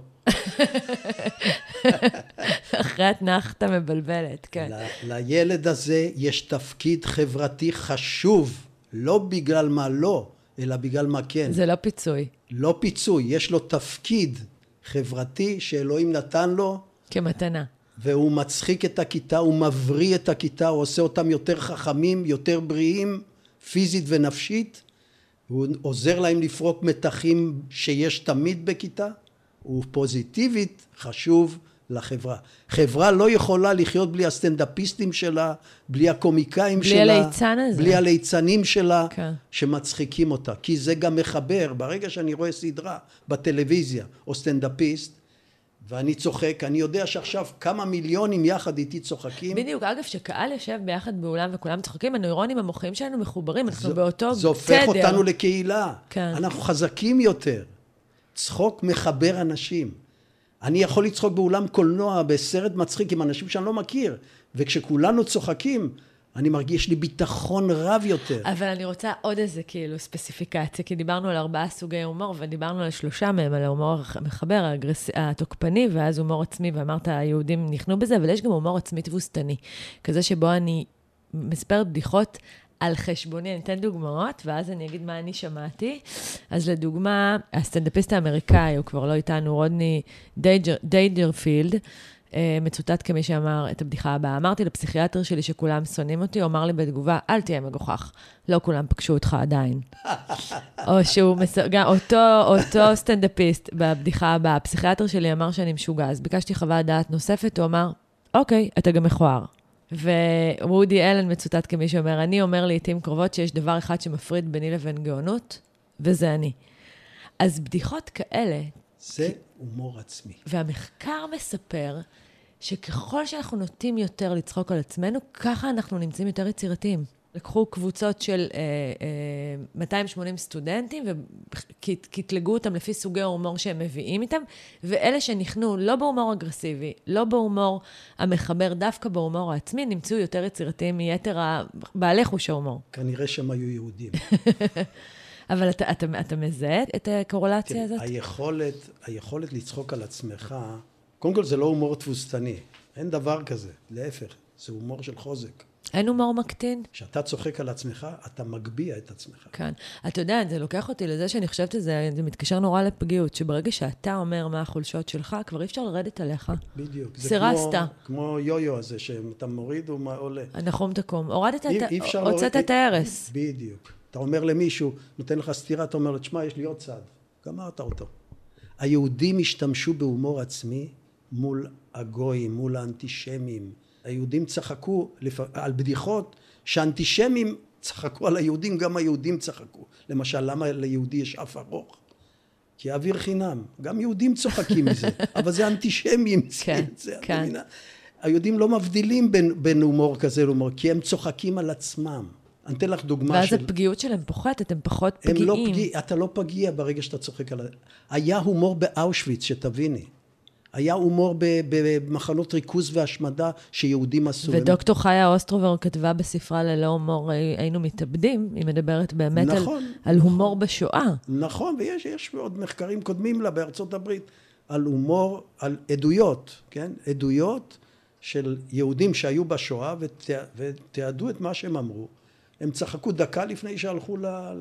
אחרי התנחתה מבלבלת, כן. ל- לילד הזה יש תפקיד חברתי חשוב, לא בגלל מה לא, אלא בגלל מה כן. זה לא פיצוי. לא פיצוי, יש לו תפקיד חברתי שאלוהים נתן לו. כמתנה. והוא מצחיק את הכיתה, הוא מבריא את הכיתה, הוא עושה אותם יותר חכמים, יותר בריאים, פיזית ונפשית. הוא עוזר להם לפרוק מתחים שיש תמיד בכיתה. הוא פוזיטיבית חשוב לחברה. חברה לא יכולה לחיות בלי הסטנדאפיסטים שלה, בלי הקומיקאים בלי שלה. בלי הליצן הזה. בלי הליצנים שלה, כן. שמצחיקים אותה. כי זה גם מחבר. ברגע שאני רואה סדרה בטלוויזיה או סטנדאפיסט, ואני צוחק, אני יודע שעכשיו כמה מיליונים יחד איתי צוחקים. בדיוק, אגב, שקהל יושב ביחד באולם וכולם צוחקים, הנוירונים המוחיים שלנו מחוברים, אנחנו זו, באותו תדר. זה הופך אותנו לקהילה. כן. אנחנו חזקים יותר. צחוק מחבר אנשים. אני יכול לצחוק באולם קולנוע, בסרט מצחיק עם אנשים שאני לא מכיר, וכשכולנו צוחקים, אני מרגיש לי ביטחון רב יותר. אבל אני רוצה עוד איזה כאילו ספציפיקציה, כי דיברנו על ארבעה סוגי הומור, ודיברנו על שלושה מהם, על ההומור המחבר, האגרס... התוקפני, ואז הומור עצמי, ואמרת, היהודים נכנו בזה, אבל יש גם הומור עצמי תבוסתני, כזה שבו אני מספרת בדיחות על חשבוני, אני אתן דוגמאות, ואז אני אגיד מה אני שמעתי. אז לדוגמה, הסטנדאפיסט האמריקאי, הוא כבר לא איתנו, רודני דייג'רפילד, מצוטט כמי שאמר את הבדיחה הבאה. אמרתי לפסיכיאטר שלי שכולם שונאים אותי, הוא אמר לי בתגובה, אל תהיה מגוחך, לא כולם פגשו אותך עדיין. או שהוא, מס... גם אותו, אותו סטנדאפיסט בבדיחה הבאה, הפסיכיאטר שלי אמר שאני משוגע, אז ביקשתי חוות דעת נוספת, הוא אמר, אוקיי, אתה גם מכוער. ווודי אלן מצוטט כמי שאומר, אני אומר לעתים קרובות שיש דבר אחד שמפריד ביני לבין גאונות, וזה אני. אז בדיחות כאלה... זה הומור עצמי. והמחקר מספר שככל שאנחנו נוטים יותר לצחוק על עצמנו, ככה אנחנו נמצאים יותר יצירתיים. לקחו קבוצות של אה, אה, מאתיים ושמונים סטודנטים, וכתלגו אותם לפי סוגי ההומור שהם מביאים איתם, ואלה שנכנו לא בהומור אגרסיבי, לא בהומור המחבר, דווקא בהומור העצמי, נמצאו יותר יצירתיים מיתר בעלי חוש ההומור. כנראה שהם היו יהודים. אבל אתה, אתה, אתה מזהה את הקורולציה הזאת? היכולת, היכולת לצחוק על עצמך, קודם כל זה לא הומור תבוסתני. אין דבר כזה, להפך, זה הומור של חוזק. אין הומור מקטין? כשאתה צוחק על עצמך, אתה מגביה את עצמך. כן. אתה יודע, זה לוקח אותי לזה שאני חושבת שזה, זה מתקשר נורא לפגיעות, שברגע שאתה אומר מה החולשות שלך, כבר אי אפשר לרדת עליך. בדיוק. סירסת. זה כמו, כמו יו-יו הזה, שאתה מוריד הוא עולה. הנחום תקום. הורדת, אי, את, אי אפשר הוצאת להוריד, את ההרס. בדיוק. אתה אומר למישהו, נותן לך סתירה, אתה אומר לו, תשמע, יש לי עוד צד. גמרת אותו. היהודים השתמשו בהומור עצמי מול הגויים, מול האנטישמים. היהודים צחקו על בדיחות שאנטישמים צחקו על היהודים, גם היהודים צחקו. למשל, למה ליהודי יש אף ארוך? כי אוויר חינם. גם יהודים צוחקים מזה, אבל זה אנטישמים. כן, זה, כן. היהודים לא מבדילים בין, בין הומור כזה להומור, כי הם צוחקים על עצמם. אני אתן לך דוגמה ואז של... ואז הפגיעות שלהם פוחתת, הם פחות הם פגיעים. לא פגיע, אתה לא פגיע ברגע שאתה צוחק על... היה הומור באושוויץ, שתביני. היה הומור במחנות ריכוז והשמדה שיהודים עשו. ודוקטור חיה אוסטרובר כתבה בספרה ללא הומור היינו מתאבדים, היא מדברת באמת נכון, על, על נכון. הומור בשואה. נכון, ויש יש עוד מחקרים קודמים לה בארצות הברית על הומור, על עדויות, כן? עדויות של יהודים שהיו בשואה ותיעדו את מה שהם אמרו. הם צחקו דקה לפני שהלכו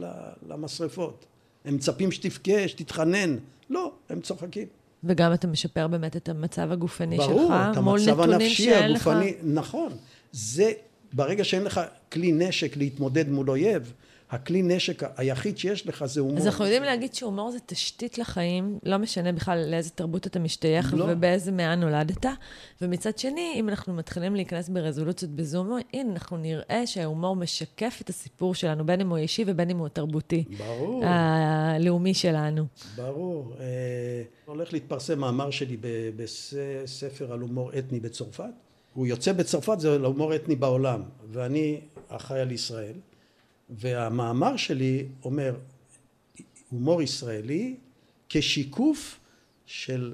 למשרפות. הם מצפים שתבכה, שתתחנן. לא, הם צוחקים. וגם אתה משפר באמת את המצב הגופני ברור, שלך, את מול המצב נתונים הנפשי, שאין לך. הגופני, נכון. זה, ברגע שאין לך כלי נשק להתמודד מול אויב, הכלי נשק היחיד שיש לך זה הומור. אז אנחנו יודעים להגיד שהומור זה תשתית לחיים, לא משנה בכלל לאיזה תרבות אתה משתייך לא. ובאיזה מאה נולדת. ומצד שני, אם אנחנו מתחילים להיכנס ברזולוציות בזום, הנה, אנחנו נראה שההומור משקף את הסיפור שלנו, בין אם הוא אישי ובין אם הוא תרבותי. ברור. הלאומי שלנו. ברור. אה, הולך להתפרסם מאמר שלי בספר על הומור אתני בצרפת. הוא יוצא בצרפת, זה הומור אתני בעולם, ואני אחראי על ישראל. והמאמר שלי אומר, הומור ישראלי כשיקוף של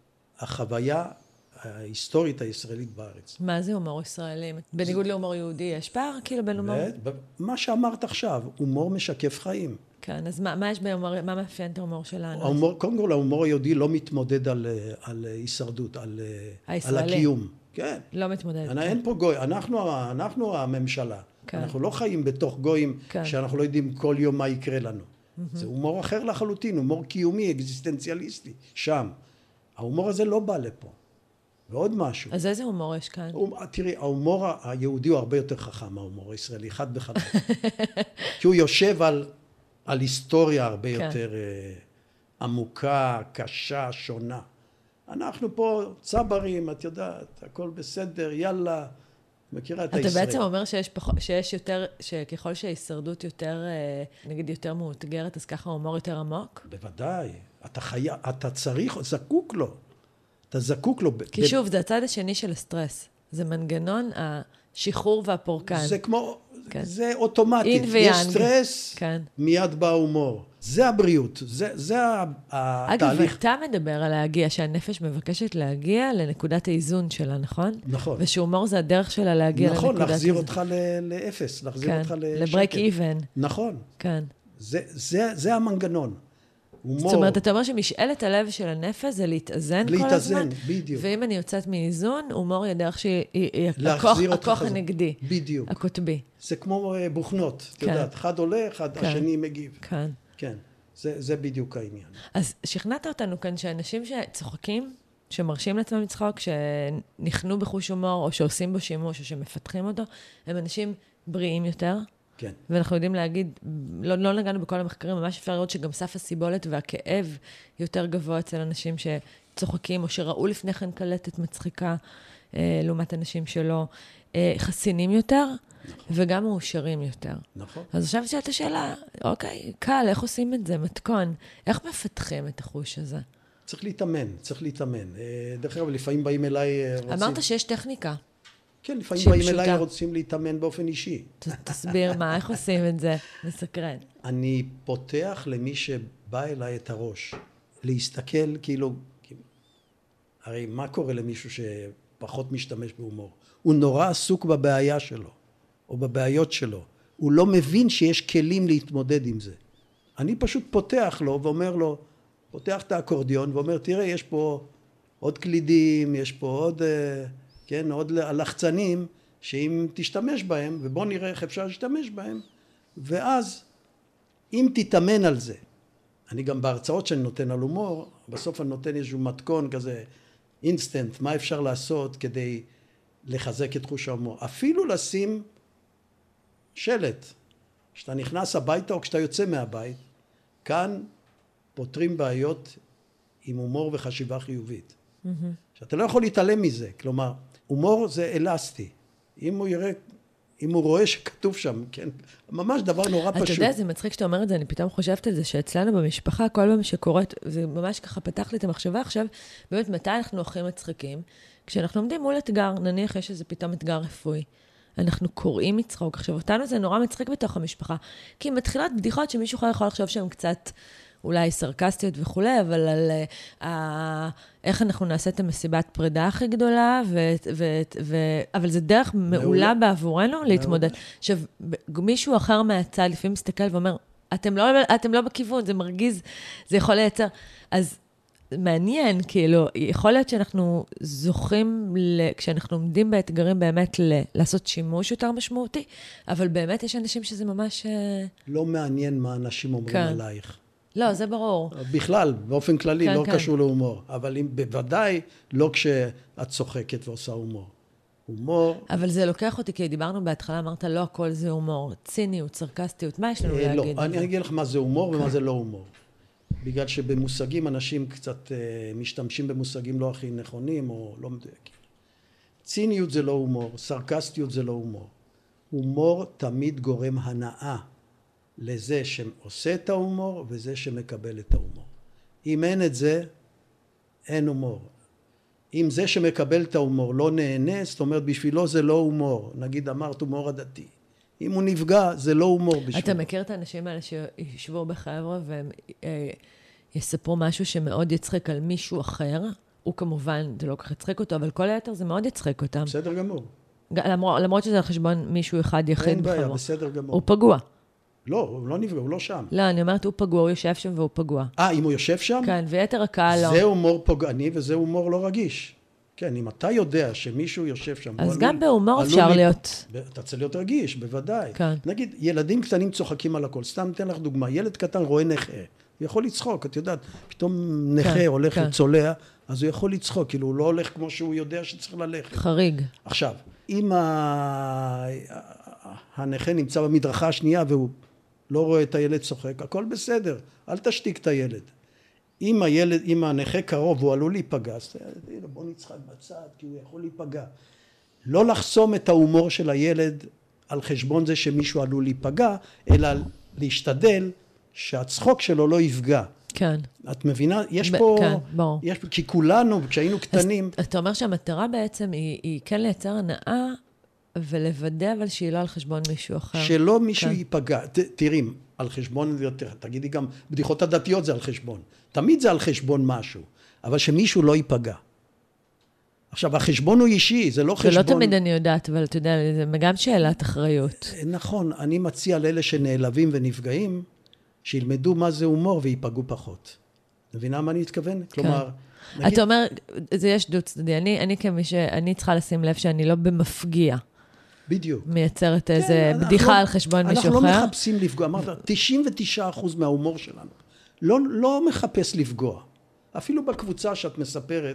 החוויה ההיסטורית הישראלית בארץ. מה זה הומור ישראלי? בניגוד להומור יהודי, יש פער כאילו בין הומור? מה שאמרת עכשיו, הומור משקף חיים. כן, אז מה, מה יש בהומור, מה מאפיין את ההומור שלנו? ההומור, קודם כל, ההומור היהודי לא מתמודד על, על הישרדות, על, על הקיום. כן. לא מתמודד. כן. אין פה גוי, אנחנו, אנחנו הממשלה. כן. אנחנו לא חיים בתוך גויים כן. שאנחנו לא יודעים כל יום מה יקרה לנו. Mm-hmm. זה הומור אחר לחלוטין, הומור קיומי, אקזיסטנציאליסטי, שם. ההומור הזה לא בא לפה. ועוד משהו. אז איזה הומור יש כאן? תראי, ההומור היהודי הוא הרבה יותר חכם, ההומור הישראלי, חד וחד. כי הוא יושב על, על היסטוריה הרבה כן. יותר uh, עמוקה, קשה, שונה. אנחנו פה צברים, את יודעת, הכל בסדר, יאללה. מכירה את הישראל. אתה בעצם אומר שיש, פח... שיש יותר, שככל שההישרדות יותר, נגיד יותר מאותגרת, אז ככה הומור יותר עמוק? בוודאי. אתה חי... אתה צריך, זקוק לו. אתה זקוק לו. כי ב... שוב, זה הצד השני של הסטרס. זה מנגנון השחרור והפורקן. זה כמו, כן. זה אוטומטית. יש סטרס, כן. מיד בא הומור. זה הבריאות, זה, זה התהליך. אגב, אתה מדבר על להגיע, שהנפש מבקשת להגיע לנקודת האיזון שלה, נכון? נכון. ושהומור זה הדרך שלה להגיע נכון, לנקודת להחזיר איזון. אותך לאפס, להחזיר כן, אותך לשקט. לברייק איבן. נכון. כן. זה, זה, זה המנגנון. הומור. זאת אומרת, אתה אומר שמשאלת הלב של הנפש זה להתאזן, להתאזן כל הזמן? להתאזן, בדיוק. ואם אני יוצאת מאיזון, הומור היא דרך שהיא הכוח, הכוח הנגדי. בדיוק. הקוטבי. זה כמו בוכנות, את כן. יודעת, אחד עולה, אחד כן. השני מגיב. כן. כן. זה, זה בדיוק העניין. אז שכנעת אותנו כאן שאנשים שצוחקים, שמרשים לעצמם לצחוק, שנכנו בחוש הומור, או שעושים בו שימוש, או שמפתחים אותו, הם אנשים בריאים יותר. כן. ואנחנו יודעים להגיד, לא, לא נגענו בכל המחקרים, ממש אפשר לראות שגם סף הסיבולת והכאב יותר גבוה אצל אנשים שצוחקים, או שראו לפני כן קלטת מצחיקה, אה, לעומת אנשים שלא אה, חסינים יותר, נכון. וגם מאושרים יותר. נכון. אז עכשיו שאלת השאלה, אוקיי, קל, איך עושים את זה? מתכון. איך מפתחים את החוש הזה? צריך להתאמן, צריך להתאמן. דרך אגב, לפעמים באים אליי רוצים... אמרת שיש טכניקה. כן, לפעמים באים אליי רוצים להתאמן באופן אישי. תסביר מה, איך עושים את זה? מסקרן. אני פותח למי שבא אליי את הראש, להסתכל כאילו... הרי מה קורה למישהו שפחות משתמש בהומור? הוא נורא עסוק בבעיה שלו, או בבעיות שלו. הוא לא מבין שיש כלים להתמודד עם זה. אני פשוט פותח לו ואומר לו, פותח את האקורדיון ואומר, תראה, יש פה עוד קלידים, יש פה עוד, כן, עוד לחצנים, שאם תשתמש בהם, ובוא נראה איך אפשר להשתמש בהם, ואז, אם תתאמן על זה, אני גם בהרצאות שאני נותן על הומור, בסוף אני נותן איזשהו מתכון כזה, אינסטנט, מה אפשר לעשות כדי לחזק את חוש ההומור. אפילו לשים שלט, כשאתה נכנס הביתה או כשאתה יוצא מהבית, כאן פותרים בעיות עם הומור וחשיבה חיובית. Mm-hmm. שאתה לא יכול להתעלם מזה. כלומר, הומור זה אלסטי. אם הוא יראה, אם הוא רואה שכתוב שם, כן, ממש דבר נורא פשוט. אתה יודע, זה מצחיק שאתה אומר את זה, אני פתאום חושבת על זה, שאצלנו במשפחה, כל פעם שקורית, זה ממש ככה פתח לי את המחשבה עכשיו, באמת מתי אנחנו הכי מצחיקים? כשאנחנו עומדים מול אתגר, נניח יש איזה פתאום אתגר רפואי. אנחנו קוראים מצחוק. עכשיו, אותנו זה נורא מצחיק בתוך המשפחה. כי מתחילות בדיחות שמישהו יכול, יכול לחשוב שהן קצת אולי סרקסטיות וכולי, אבל על uh, איך אנחנו נעשה את המסיבת פרידה הכי גדולה, ו, ו, ו, אבל זה דרך מעולה, מעולה בעבורנו מעולה. להתמודד. עכשיו, מישהו אחר מהצד לפעמים מסתכל ואומר, אתם לא, אתם לא בכיוון, זה מרגיז, זה יכול לייצר. אז מעניין, כאילו, יכול להיות שאנחנו זוכים, ל... כשאנחנו עומדים באתגרים באמת ל... לעשות שימוש יותר משמעותי, אבל באמת יש אנשים שזה ממש... לא מעניין מה אנשים אומרים כן. עלייך. לא, זה ברור. בכלל, באופן כללי, כן, לא כן. קשור להומור. אבל אם, בוודאי לא כשאת צוחקת ועושה הומור. הומור... אבל זה לוקח אותי, כי דיברנו בהתחלה, אמרת, לא הכל זה הומור. ציניות, סרקסטיות, מה יש לנו אה, להגיד? לא, אני אגיד לך מה זה הומור ומה זה לא הומור. בגלל שבמושגים אנשים קצת uh, משתמשים במושגים לא הכי נכונים או לא מדויקים. ציניות זה לא הומור, סרקסטיות זה לא הומור. הומור תמיד גורם הנאה לזה שעושה את ההומור וזה שמקבל את ההומור. אם אין את זה, אין הומור. אם זה שמקבל את ההומור לא נהנה, זאת אומרת בשבילו זה לא הומור. נגיד אמרת הומור הדתי. אם הוא נפגע, זה לא הומור בשבילו. אתה מכיר את האנשים האלה שישבו בחבר'ה והם אה, יספרו משהו שמאוד יצחק על מישהו אחר? הוא כמובן, זה לא כך יצחק אותו, אבל כל היתר זה מאוד יצחק אותם. בסדר גמור. למרות, למרות שזה על חשבון מישהו אחד יחיד בחברה. אין בעיה, בסדר גמור. הוא פגוע. לא, הוא לא נפגע, הוא לא שם. לא, אני אומרת, הוא פגוע, הוא יושב שם והוא פגוע. אה, אם הוא יושב שם? כן, ויתר הקהל לא. זה הומור פוגעני וזה הומור לא רגיש. כן, אם אתה יודע שמישהו יושב שם... אז גם בהומור אפשר להיות... אתה צריך להיות רגיש, בוודאי. כן. נגיד, ילדים קטנים צוחקים על הכל. סתם אתן לך דוגמה, ילד קטן רואה נכה. הוא יכול לצחוק, את יודעת, פתאום נכה הולך וצולע, אז הוא יכול לצחוק, כאילו הוא לא הולך כמו שהוא יודע שצריך ללכת. חריג. עכשיו, אם הנכה נמצא במדרכה השנייה והוא לא רואה את הילד צוחק, הכל בסדר, אל תשתיק את הילד. אם הילד, אם הנכה קרוב, הוא עלול להיפגע, אז בוא נצחק בצד, כי הוא יכול להיפגע. לא לחסום את ההומור של הילד על חשבון זה שמישהו עלול להיפגע, אלא להשתדל שהצחוק שלו לא יפגע. כן. את מבינה? יש פה... כן, ברור. יש, כי כולנו, כשהיינו קטנים... אז אתה אומר שהמטרה בעצם היא, היא כן לייצר הנאה, ולוודא אבל שהיא לא על חשבון מישהו אחר. שלא מישהו כן. ייפגע. ת, תראי, על חשבון, תגידי גם, בדיחות הדתיות זה על חשבון. תמיד זה על חשבון משהו, אבל שמישהו לא ייפגע. עכשיו, החשבון הוא אישי, זה לא חשבון... זה לא תמיד אני יודעת, אבל אתה יודע, זה גם שאלת אחריות. נכון, אני מציע לאלה שנעלבים ונפגעים, שילמדו מה זה הומור וייפגעו פחות. מבינה מה אני מתכוון? כן. כלומר... נגיד... אתה אומר, זה יש דו צדדי, אני, אני כמי שאני צריכה לשים לב שאני לא במפגיע. בדיוק. מייצרת כן, איזה בדיחה לא, על חשבון מישהו אחר. אנחנו לא מחפשים לפגוע. אמרת, תשעים ותשעה אחוז מההומור שלנו לא, לא מחפש לפגוע. אפילו בקבוצה שאת מספרת,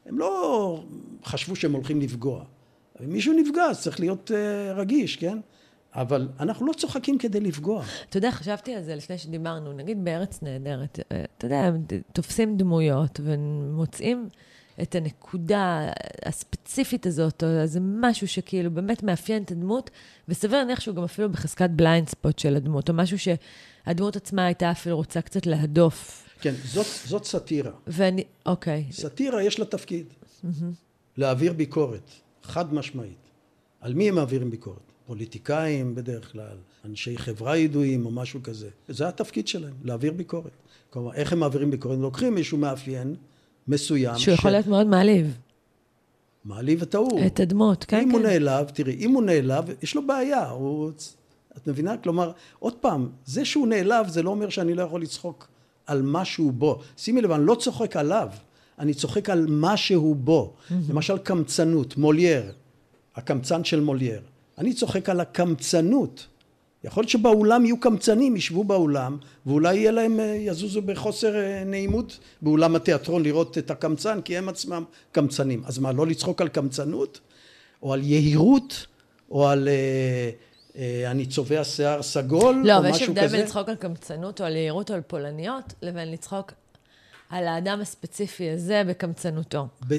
הם לא חשבו שהם הולכים לפגוע. אם מישהו נפגע, אז צריך להיות uh, רגיש, כן? אבל אנחנו לא צוחקים כדי לפגוע. אתה יודע, חשבתי על זה לפני שדיברנו, נגיד בארץ נהדרת, אתה יודע, תופסים דמויות ומוצאים את הנקודה הספציפית הזאת, או איזה משהו שכאילו באמת מאפיין את הדמות, וסביר להניח שהוא גם אפילו בחזקת בליינד ספוט של הדמות, או משהו שהדמות עצמה הייתה אפילו רוצה קצת להדוף. כן, זאת, זאת סאטירה. ואני, אוקיי. סאטירה יש לה תפקיד. להעביר ביקורת, חד משמעית. על מי הם מעבירים ביקורת? פוליטיקאים בדרך כלל, אנשי חברה ידועים או משהו כזה. זה התפקיד שלהם, להעביר ביקורת. כלומר, איך הם מעבירים ביקורת? לוקחים מישהו מאפיין מסוים. שהוא יכול להיות מאוד מעליב. מעליב את ההוא. את הדמות, כן, כן. אם הוא נעלב, תראי, אם הוא נעלב, יש לו בעיה. הוא... את מבינה? כלומר, עוד פעם, זה שהוא נעלב, זה לא אומר שאני לא יכול לצחוק על משהו בו. שימי לב, אני לא צוחק עליו, אני צוחק על משהו בו. למשל, קמצנות, מולייר, הקמצן של מולייר. אני צוחק על הקמצנות. יכול להיות שבאולם יהיו קמצנים, ישבו באולם, ואולי יהיה להם, יזוזו בחוסר נעימות באולם התיאטרון לראות את הקמצן, כי הם עצמם קמצנים. אז מה, לא לצחוק על קמצנות? או על יהירות? או על אה, אה, אני צובע שיער סגול? לא, או אבל יש משהו הבדל כזה? בין לצחוק על קמצנות, או על יהירות, או על פולניות, לבין לצחוק על האדם הספציפי הזה בקמצנותו. ב...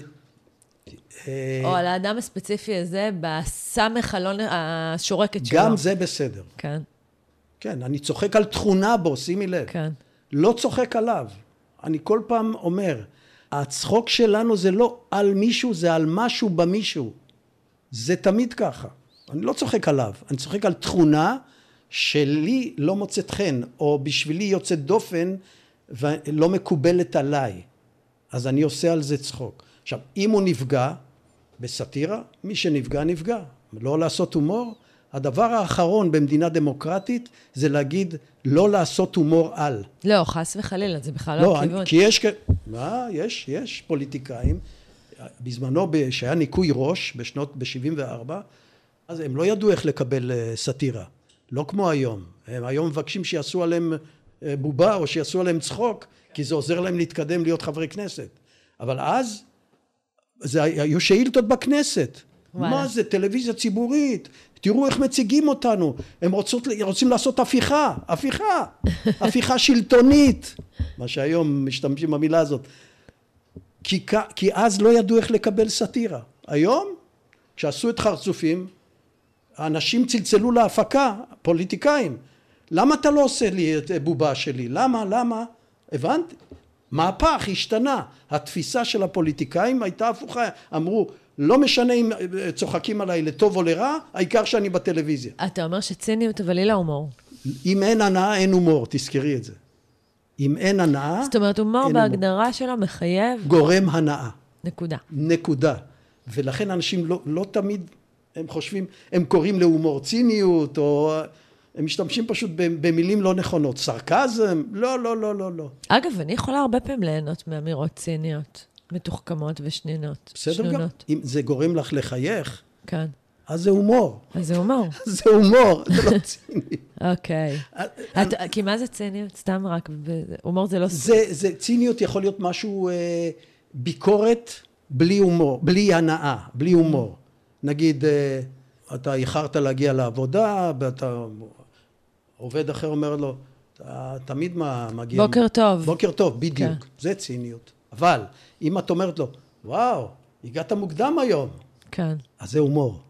או על האדם הספציפי הזה בסמך הלא השורקת שלו. גם זה בסדר. כן. כן, אני צוחק על תכונה בו, שימי לב. כן. לא צוחק עליו. אני כל פעם אומר, הצחוק שלנו זה לא על מישהו, זה על משהו במישהו. זה תמיד ככה. אני לא צוחק עליו, אני צוחק על תכונה שלי לא מוצאת חן, או בשבילי יוצאת דופן ולא מקובלת עליי. אז אני עושה על זה צחוק. עכשיו, אם הוא נפגע בסאטירה, מי שנפגע נפגע. לא לעשות הומור. הדבר האחרון במדינה דמוקרטית זה להגיד לא לעשות הומור על. לא, חס וחלילה, זה בכלל לא, לא הכיוון. כי יש, מה? יש, יש פוליטיקאים. בזמנו שהיה ניקוי ראש בשנות, ב-שבעים וארבע, אז הם לא ידעו איך לקבל סאטירה. לא כמו היום. הם היום מבקשים שיעשו עליהם בובה או שיעשו עליהם צחוק, כי זה עוזר להם להתקדם להיות חברי כנסת. אבל אז זה היו שאילתות בכנסת. וואלה. מה זה? טלוויזיה ציבורית. תראו איך מציגים אותנו. הם רוצות, רוצים לעשות הפיכה. הפיכה. הפיכה שלטונית. מה שהיום משתמשים במילה הזאת. כי, כי אז לא ידעו איך לקבל סאטירה. היום, כשעשו את חרצופים, האנשים צלצלו להפקה, פוליטיקאים. למה אתה לא עושה לי את בובה שלי? למה? למה? הבנתי. מהפך, השתנה. התפיסה של הפוליטיקאים הייתה הפוכה. אמרו, לא משנה אם צוחקים עליי לטוב או לרע, העיקר שאני בטלוויזיה. אתה אומר שציניות, אבל היא לא הומור. אם אין הנאה, אין הומור, תזכרי את זה. אם אין הנאה, זאת אומרת, הומור בהגדרה שלו מחייב... גורם הנאה. נקודה. נקודה. ולכן אנשים לא, לא תמיד, הם חושבים, הם קוראים להומור ציניות, או הם משתמשים פשוט במילים לא נכונות. סרקזם? לא, לא, לא, לא, לא. אגב, אני יכולה הרבה פעמים ליהנות מאמירות ציניות, מתוחכמות ושנינות. בסדר גם. אם זה גורם לך לחייך, כן. אז זה הומור. אז זה הומור. זה הומור, זה לא ציני. אוקיי. כי מה זה ציניות? סתם רק, הומור זה לא... זה ציניות יכול להיות משהו, ביקורת בלי הומור, בלי הנאה, בלי הומור. נגיד, אתה איחרת להגיע לעבודה, ואתה עובד אחר אומר לו, אתה תמיד מגיע... בוקר טוב. בוקר טוב, בדיוק. זה ציניות. אבל אם את אומרת לו, וואו, הגעת מוקדם היום. כן. אז זה הומור.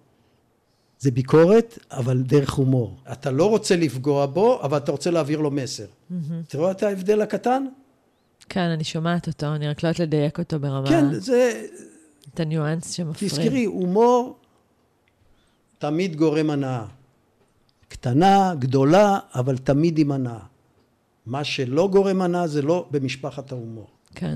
זה ביקורת, אבל דרך הומור. אתה לא רוצה לפגוע בו, אבל אתה רוצה להעביר לו מסר. תראו את ההבדל הקטן? כן, אני שומעת אותו, אני רק לא יודעת לדייק אותו ברמה... כן, זה... את הניואנס שמפריד. תזכרי, הומור תמיד גורם הנאה. קטנה, גדולה, אבל תמיד עם הנאה. מה שלא גורם הנאה זה לא במשפחת ההומור. כן.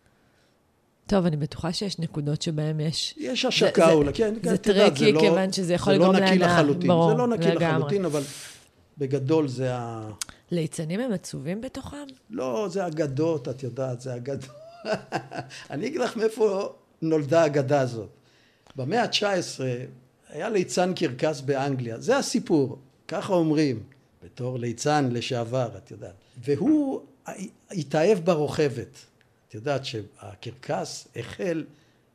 טוב, אני בטוחה שיש נקודות שבהן יש... יש השקה אולי, כן. זה טריקי, כיוון שזה יכול לגרום להנאה. זה לא נקי לחלוטין, זה לא נקי לחלוטין, אבל בגדול זה ה... ליצנים הם עצובים בתוכם? לא, זה אגדות, את יודעת, זה אגדות. אני אגיד לך מאיפה נולדה האגדה הזאת. במאה ה-תשע עשרה היה ליצן קרקס באנגליה, זה הסיפור, ככה אומרים, בתור ליצן לשעבר, את יודעת. והוא התאהב ברוכבת. את יודעת שהקרקס החל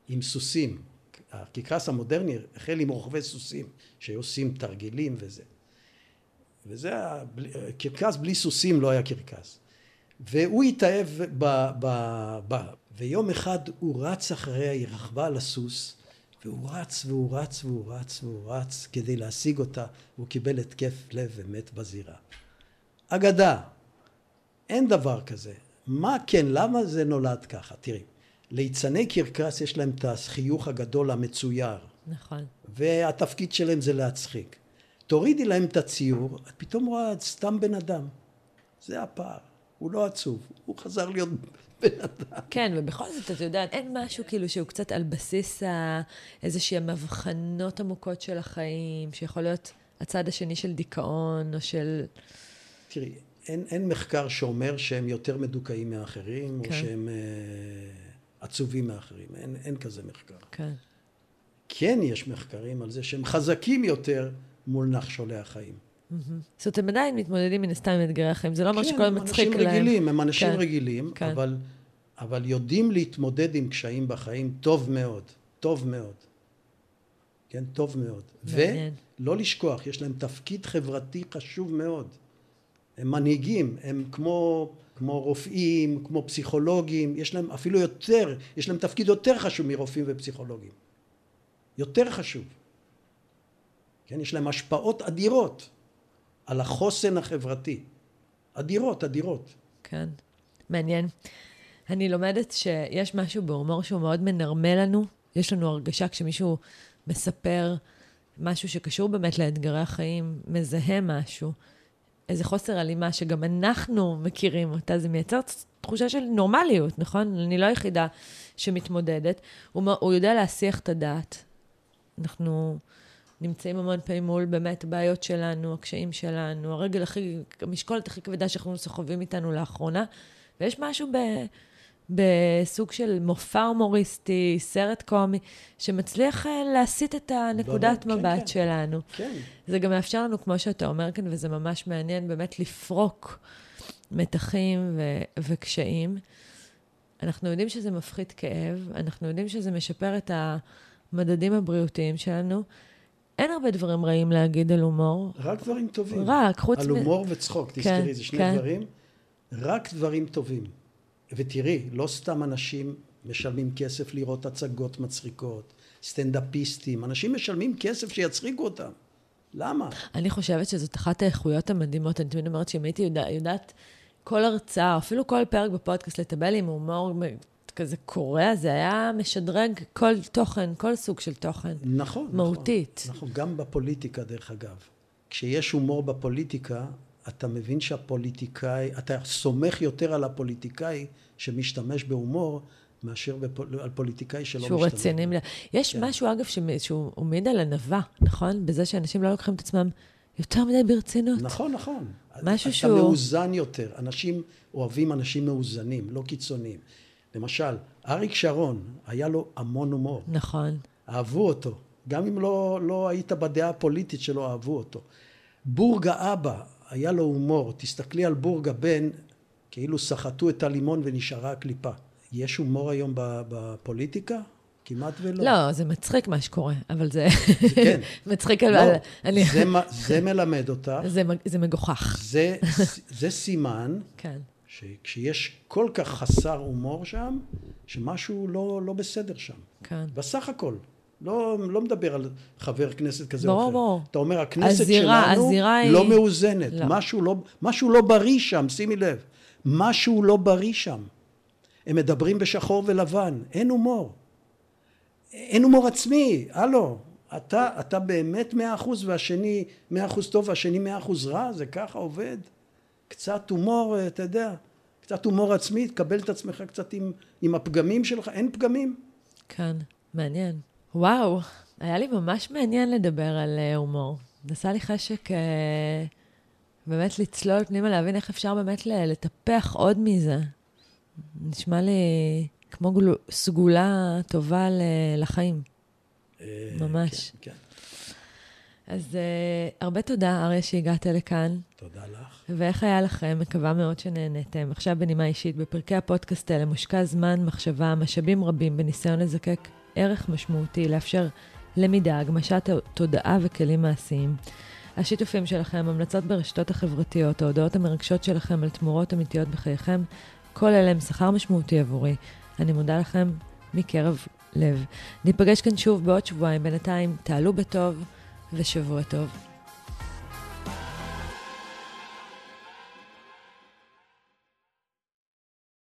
עם סוסים. הקרקס המודרני החל עם רוכבי סוסים, שעושים תרגילים וזה. וזה, קרקס בלי סוסים לא היה קרקס. והוא התאהב ב... ב, ב ויום אחד הוא רץ אחריה, היא רכבה על הסוס, והוא רץ והוא רץ והוא רץ והוא רץ כדי להשיג אותה, והוא קיבל התקף לב ומת בזירה. אגדה, אין דבר כזה. מה כן, למה זה נולד ככה? תראי, ליצני קרקס יש להם את החיוך הגדול המצויר. נכון. והתפקיד שלהם זה להצחיק. תורידי להם את הציור, את פתאום רואה סתם בן אדם. זה הפער. הוא לא עצוב, הוא חזר להיות בן אדם. כן, ובכל זאת, את יודעת, אין משהו כאילו שהוא קצת על בסיס איזושהי מבחנות עמוקות של החיים, שיכול להיות הצד השני של דיכאון, או של... תראי, אין, אין מחקר שאומר שהם יותר מדוכאים מאחרים, כן. או שהם אה, עצובים מאחרים. אין, אין כזה מחקר. כן. כן יש מחקרים על זה שהם חזקים יותר מול נחשולי החיים. זאת אומרת, הם עדיין מתמודדים מן הסתם עם אתגרי החיים. זה לא אומר שכל מצחיק להם. כן, הם אנשים רגילים, הם אנשים רגילים, אבל, אבל יודעים להתמודד עם קשיים בחיים טוב מאוד, טוב מאוד. כן, טוב מאוד. ולא לשכוח, יש להם תפקיד חברתי חשוב מאוד. הם מנהיגים, הם כמו, כמו רופאים, כמו פסיכולוגים, יש להם אפילו יותר, יש להם תפקיד יותר חשוב מרופאים ופסיכולוגים. יותר חשוב. כן, יש להם השפעות אדירות על החוסן החברתי. אדירות, אדירות. כן, מעניין. אני לומדת שיש משהו בהומור שהוא מאוד מנרמל לנו. יש לנו הרגשה כשמישהו מספר משהו שקשור באמת לאתגרי החיים, מזהה משהו, איזה חוסר הלימה שגם אנחנו מכירים אותה, זה מייצר תחושה של נורמליות, נכון? אני לא היחידה שמתמודדת. הוא, הוא יודע להסיח את הדעת. אנחנו נמצאים המון פעמים מול באמת הבעיות שלנו, הקשיים שלנו, הרגל הכי, המשקולת הכי כבדה שאנחנו סוחבים איתנו לאחרונה, ויש משהו ב, בסוג של מופע הומוריסטי, סרט קומי, שמצליח להסיט את הנקודת לא, מבט כן, שלנו. כן. זה גם מאפשר לנו, כמו שאתה אומר כאן, וזה ממש מעניין, באמת לפרוק מתחים ו- וקשיים. אנחנו יודעים שזה מפחית כאב, אנחנו יודעים שזה משפר את המדדים הבריאותיים שלנו. אין הרבה דברים רעים להגיד על הומור. רק דברים טובים. רק, חוץ מ... על הומור וצחוק, תזכרי, כן, זה שני כן. דברים. רק דברים טובים. ותראי, לא סתם אנשים משלמים כסף לראות הצגות מצחיקות, סטנדאפיסטים, אנשים משלמים כסף שיצחיקו אותם. למה? אני חושבת שזאת אחת האיכויות המדהימות. אני תמיד אומרת שאם הייתי יודע, יודעת כל הרצאה, אפילו כל פרק בפודקאסט לטבל עם הומור כזה קורא, זה היה משדרג כל תוכן, כל סוג של תוכן. נכון. מהותית. נכון, נכון. גם בפוליטיקה דרך אגב. כשיש הומור בפוליטיקה, אתה מבין שהפוליטיקאי, אתה סומך יותר על הפוליטיקאי שמשתמש בהומור, מאשר בפול, על פוליטיקאי שלא משתמש. שהוא רציני. יש כן. משהו אגב שהוא עומד על ענווה, נכון? בזה שאנשים לא לוקחים את עצמם יותר מדי ברצינות. נכון, נכון. משהו אתה שהוא... מאוזן יותר. אנשים אוהבים אנשים מאוזנים, לא קיצוניים. למשל, אריק שרון, היה לו המון הומור. נכון. אהבו אותו. גם אם לא, לא היית בדעה הפוליטית שלו, אהבו אותו. בורגה אבא, היה לו הומור. תסתכלי על בורגה בן, כאילו סחטו את הלימון ונשארה הקליפה. יש הומור היום בפוליטיקה? כמעט ולא. לא, זה מצחיק מה שקורה, אבל זה... כן. מצחיק על... לא, אני... זה, זה מלמד אותך. זה, זה מגוחך. זה, זה סימן. כן. שכשיש כל כך חסר הומור שם, שמשהו לא, לא בסדר שם. כן. בסך הכל. לא, לא מדבר על חבר כנסת כזה ברור, או אחר. ברור. אתה אומר, הכנסת הזירה, שלנו הזירה לא היא... מאוזנת. לא. משהו, לא, משהו לא בריא שם, שימי לב. משהו לא בריא שם. הם מדברים בשחור ולבן. אין הומור. אין הומור עצמי. הלו, אתה, אתה באמת מאה אחוז והשני מאה אחוז טוב והשני מאה אחוז רע. זה ככה עובד. קצת הומור, אתה יודע, קצת הומור עצמי, תקבל את עצמך קצת עם, עם הפגמים שלך. אין פגמים. כן, מעניין. וואו, היה לי ממש מעניין לדבר על הומור. נסע לי חשק באמת לצלול פנימה, להבין איך אפשר באמת לטפח עוד מזה. נשמע לי כמו גלו, סגולה טובה לחיים. ממש. כן, כן. אז uh, הרבה תודה, אריה, שהגעת לכאן. תודה לך. ואיך היה לכם? מקווה מאוד שנהנתם. עכשיו בנימה אישית, בפרקי הפודקאסט האלה מושקע זמן, מחשבה, משאבים רבים, בניסיון לזקק ערך משמעותי, לאפשר למידה, הגמשת תודעה וכלים מעשיים. השיתופים שלכם, המלצות ברשתות החברתיות, ההודעות המרגשות שלכם על תמורות אמיתיות בחייכם, כל אלה הם שכר משמעותי עבורי. אני מודה לכם מקרב לב. ניפגש כאן שוב בעוד שבועיים, בינתיים תעלו בטוב ושבוע טוב.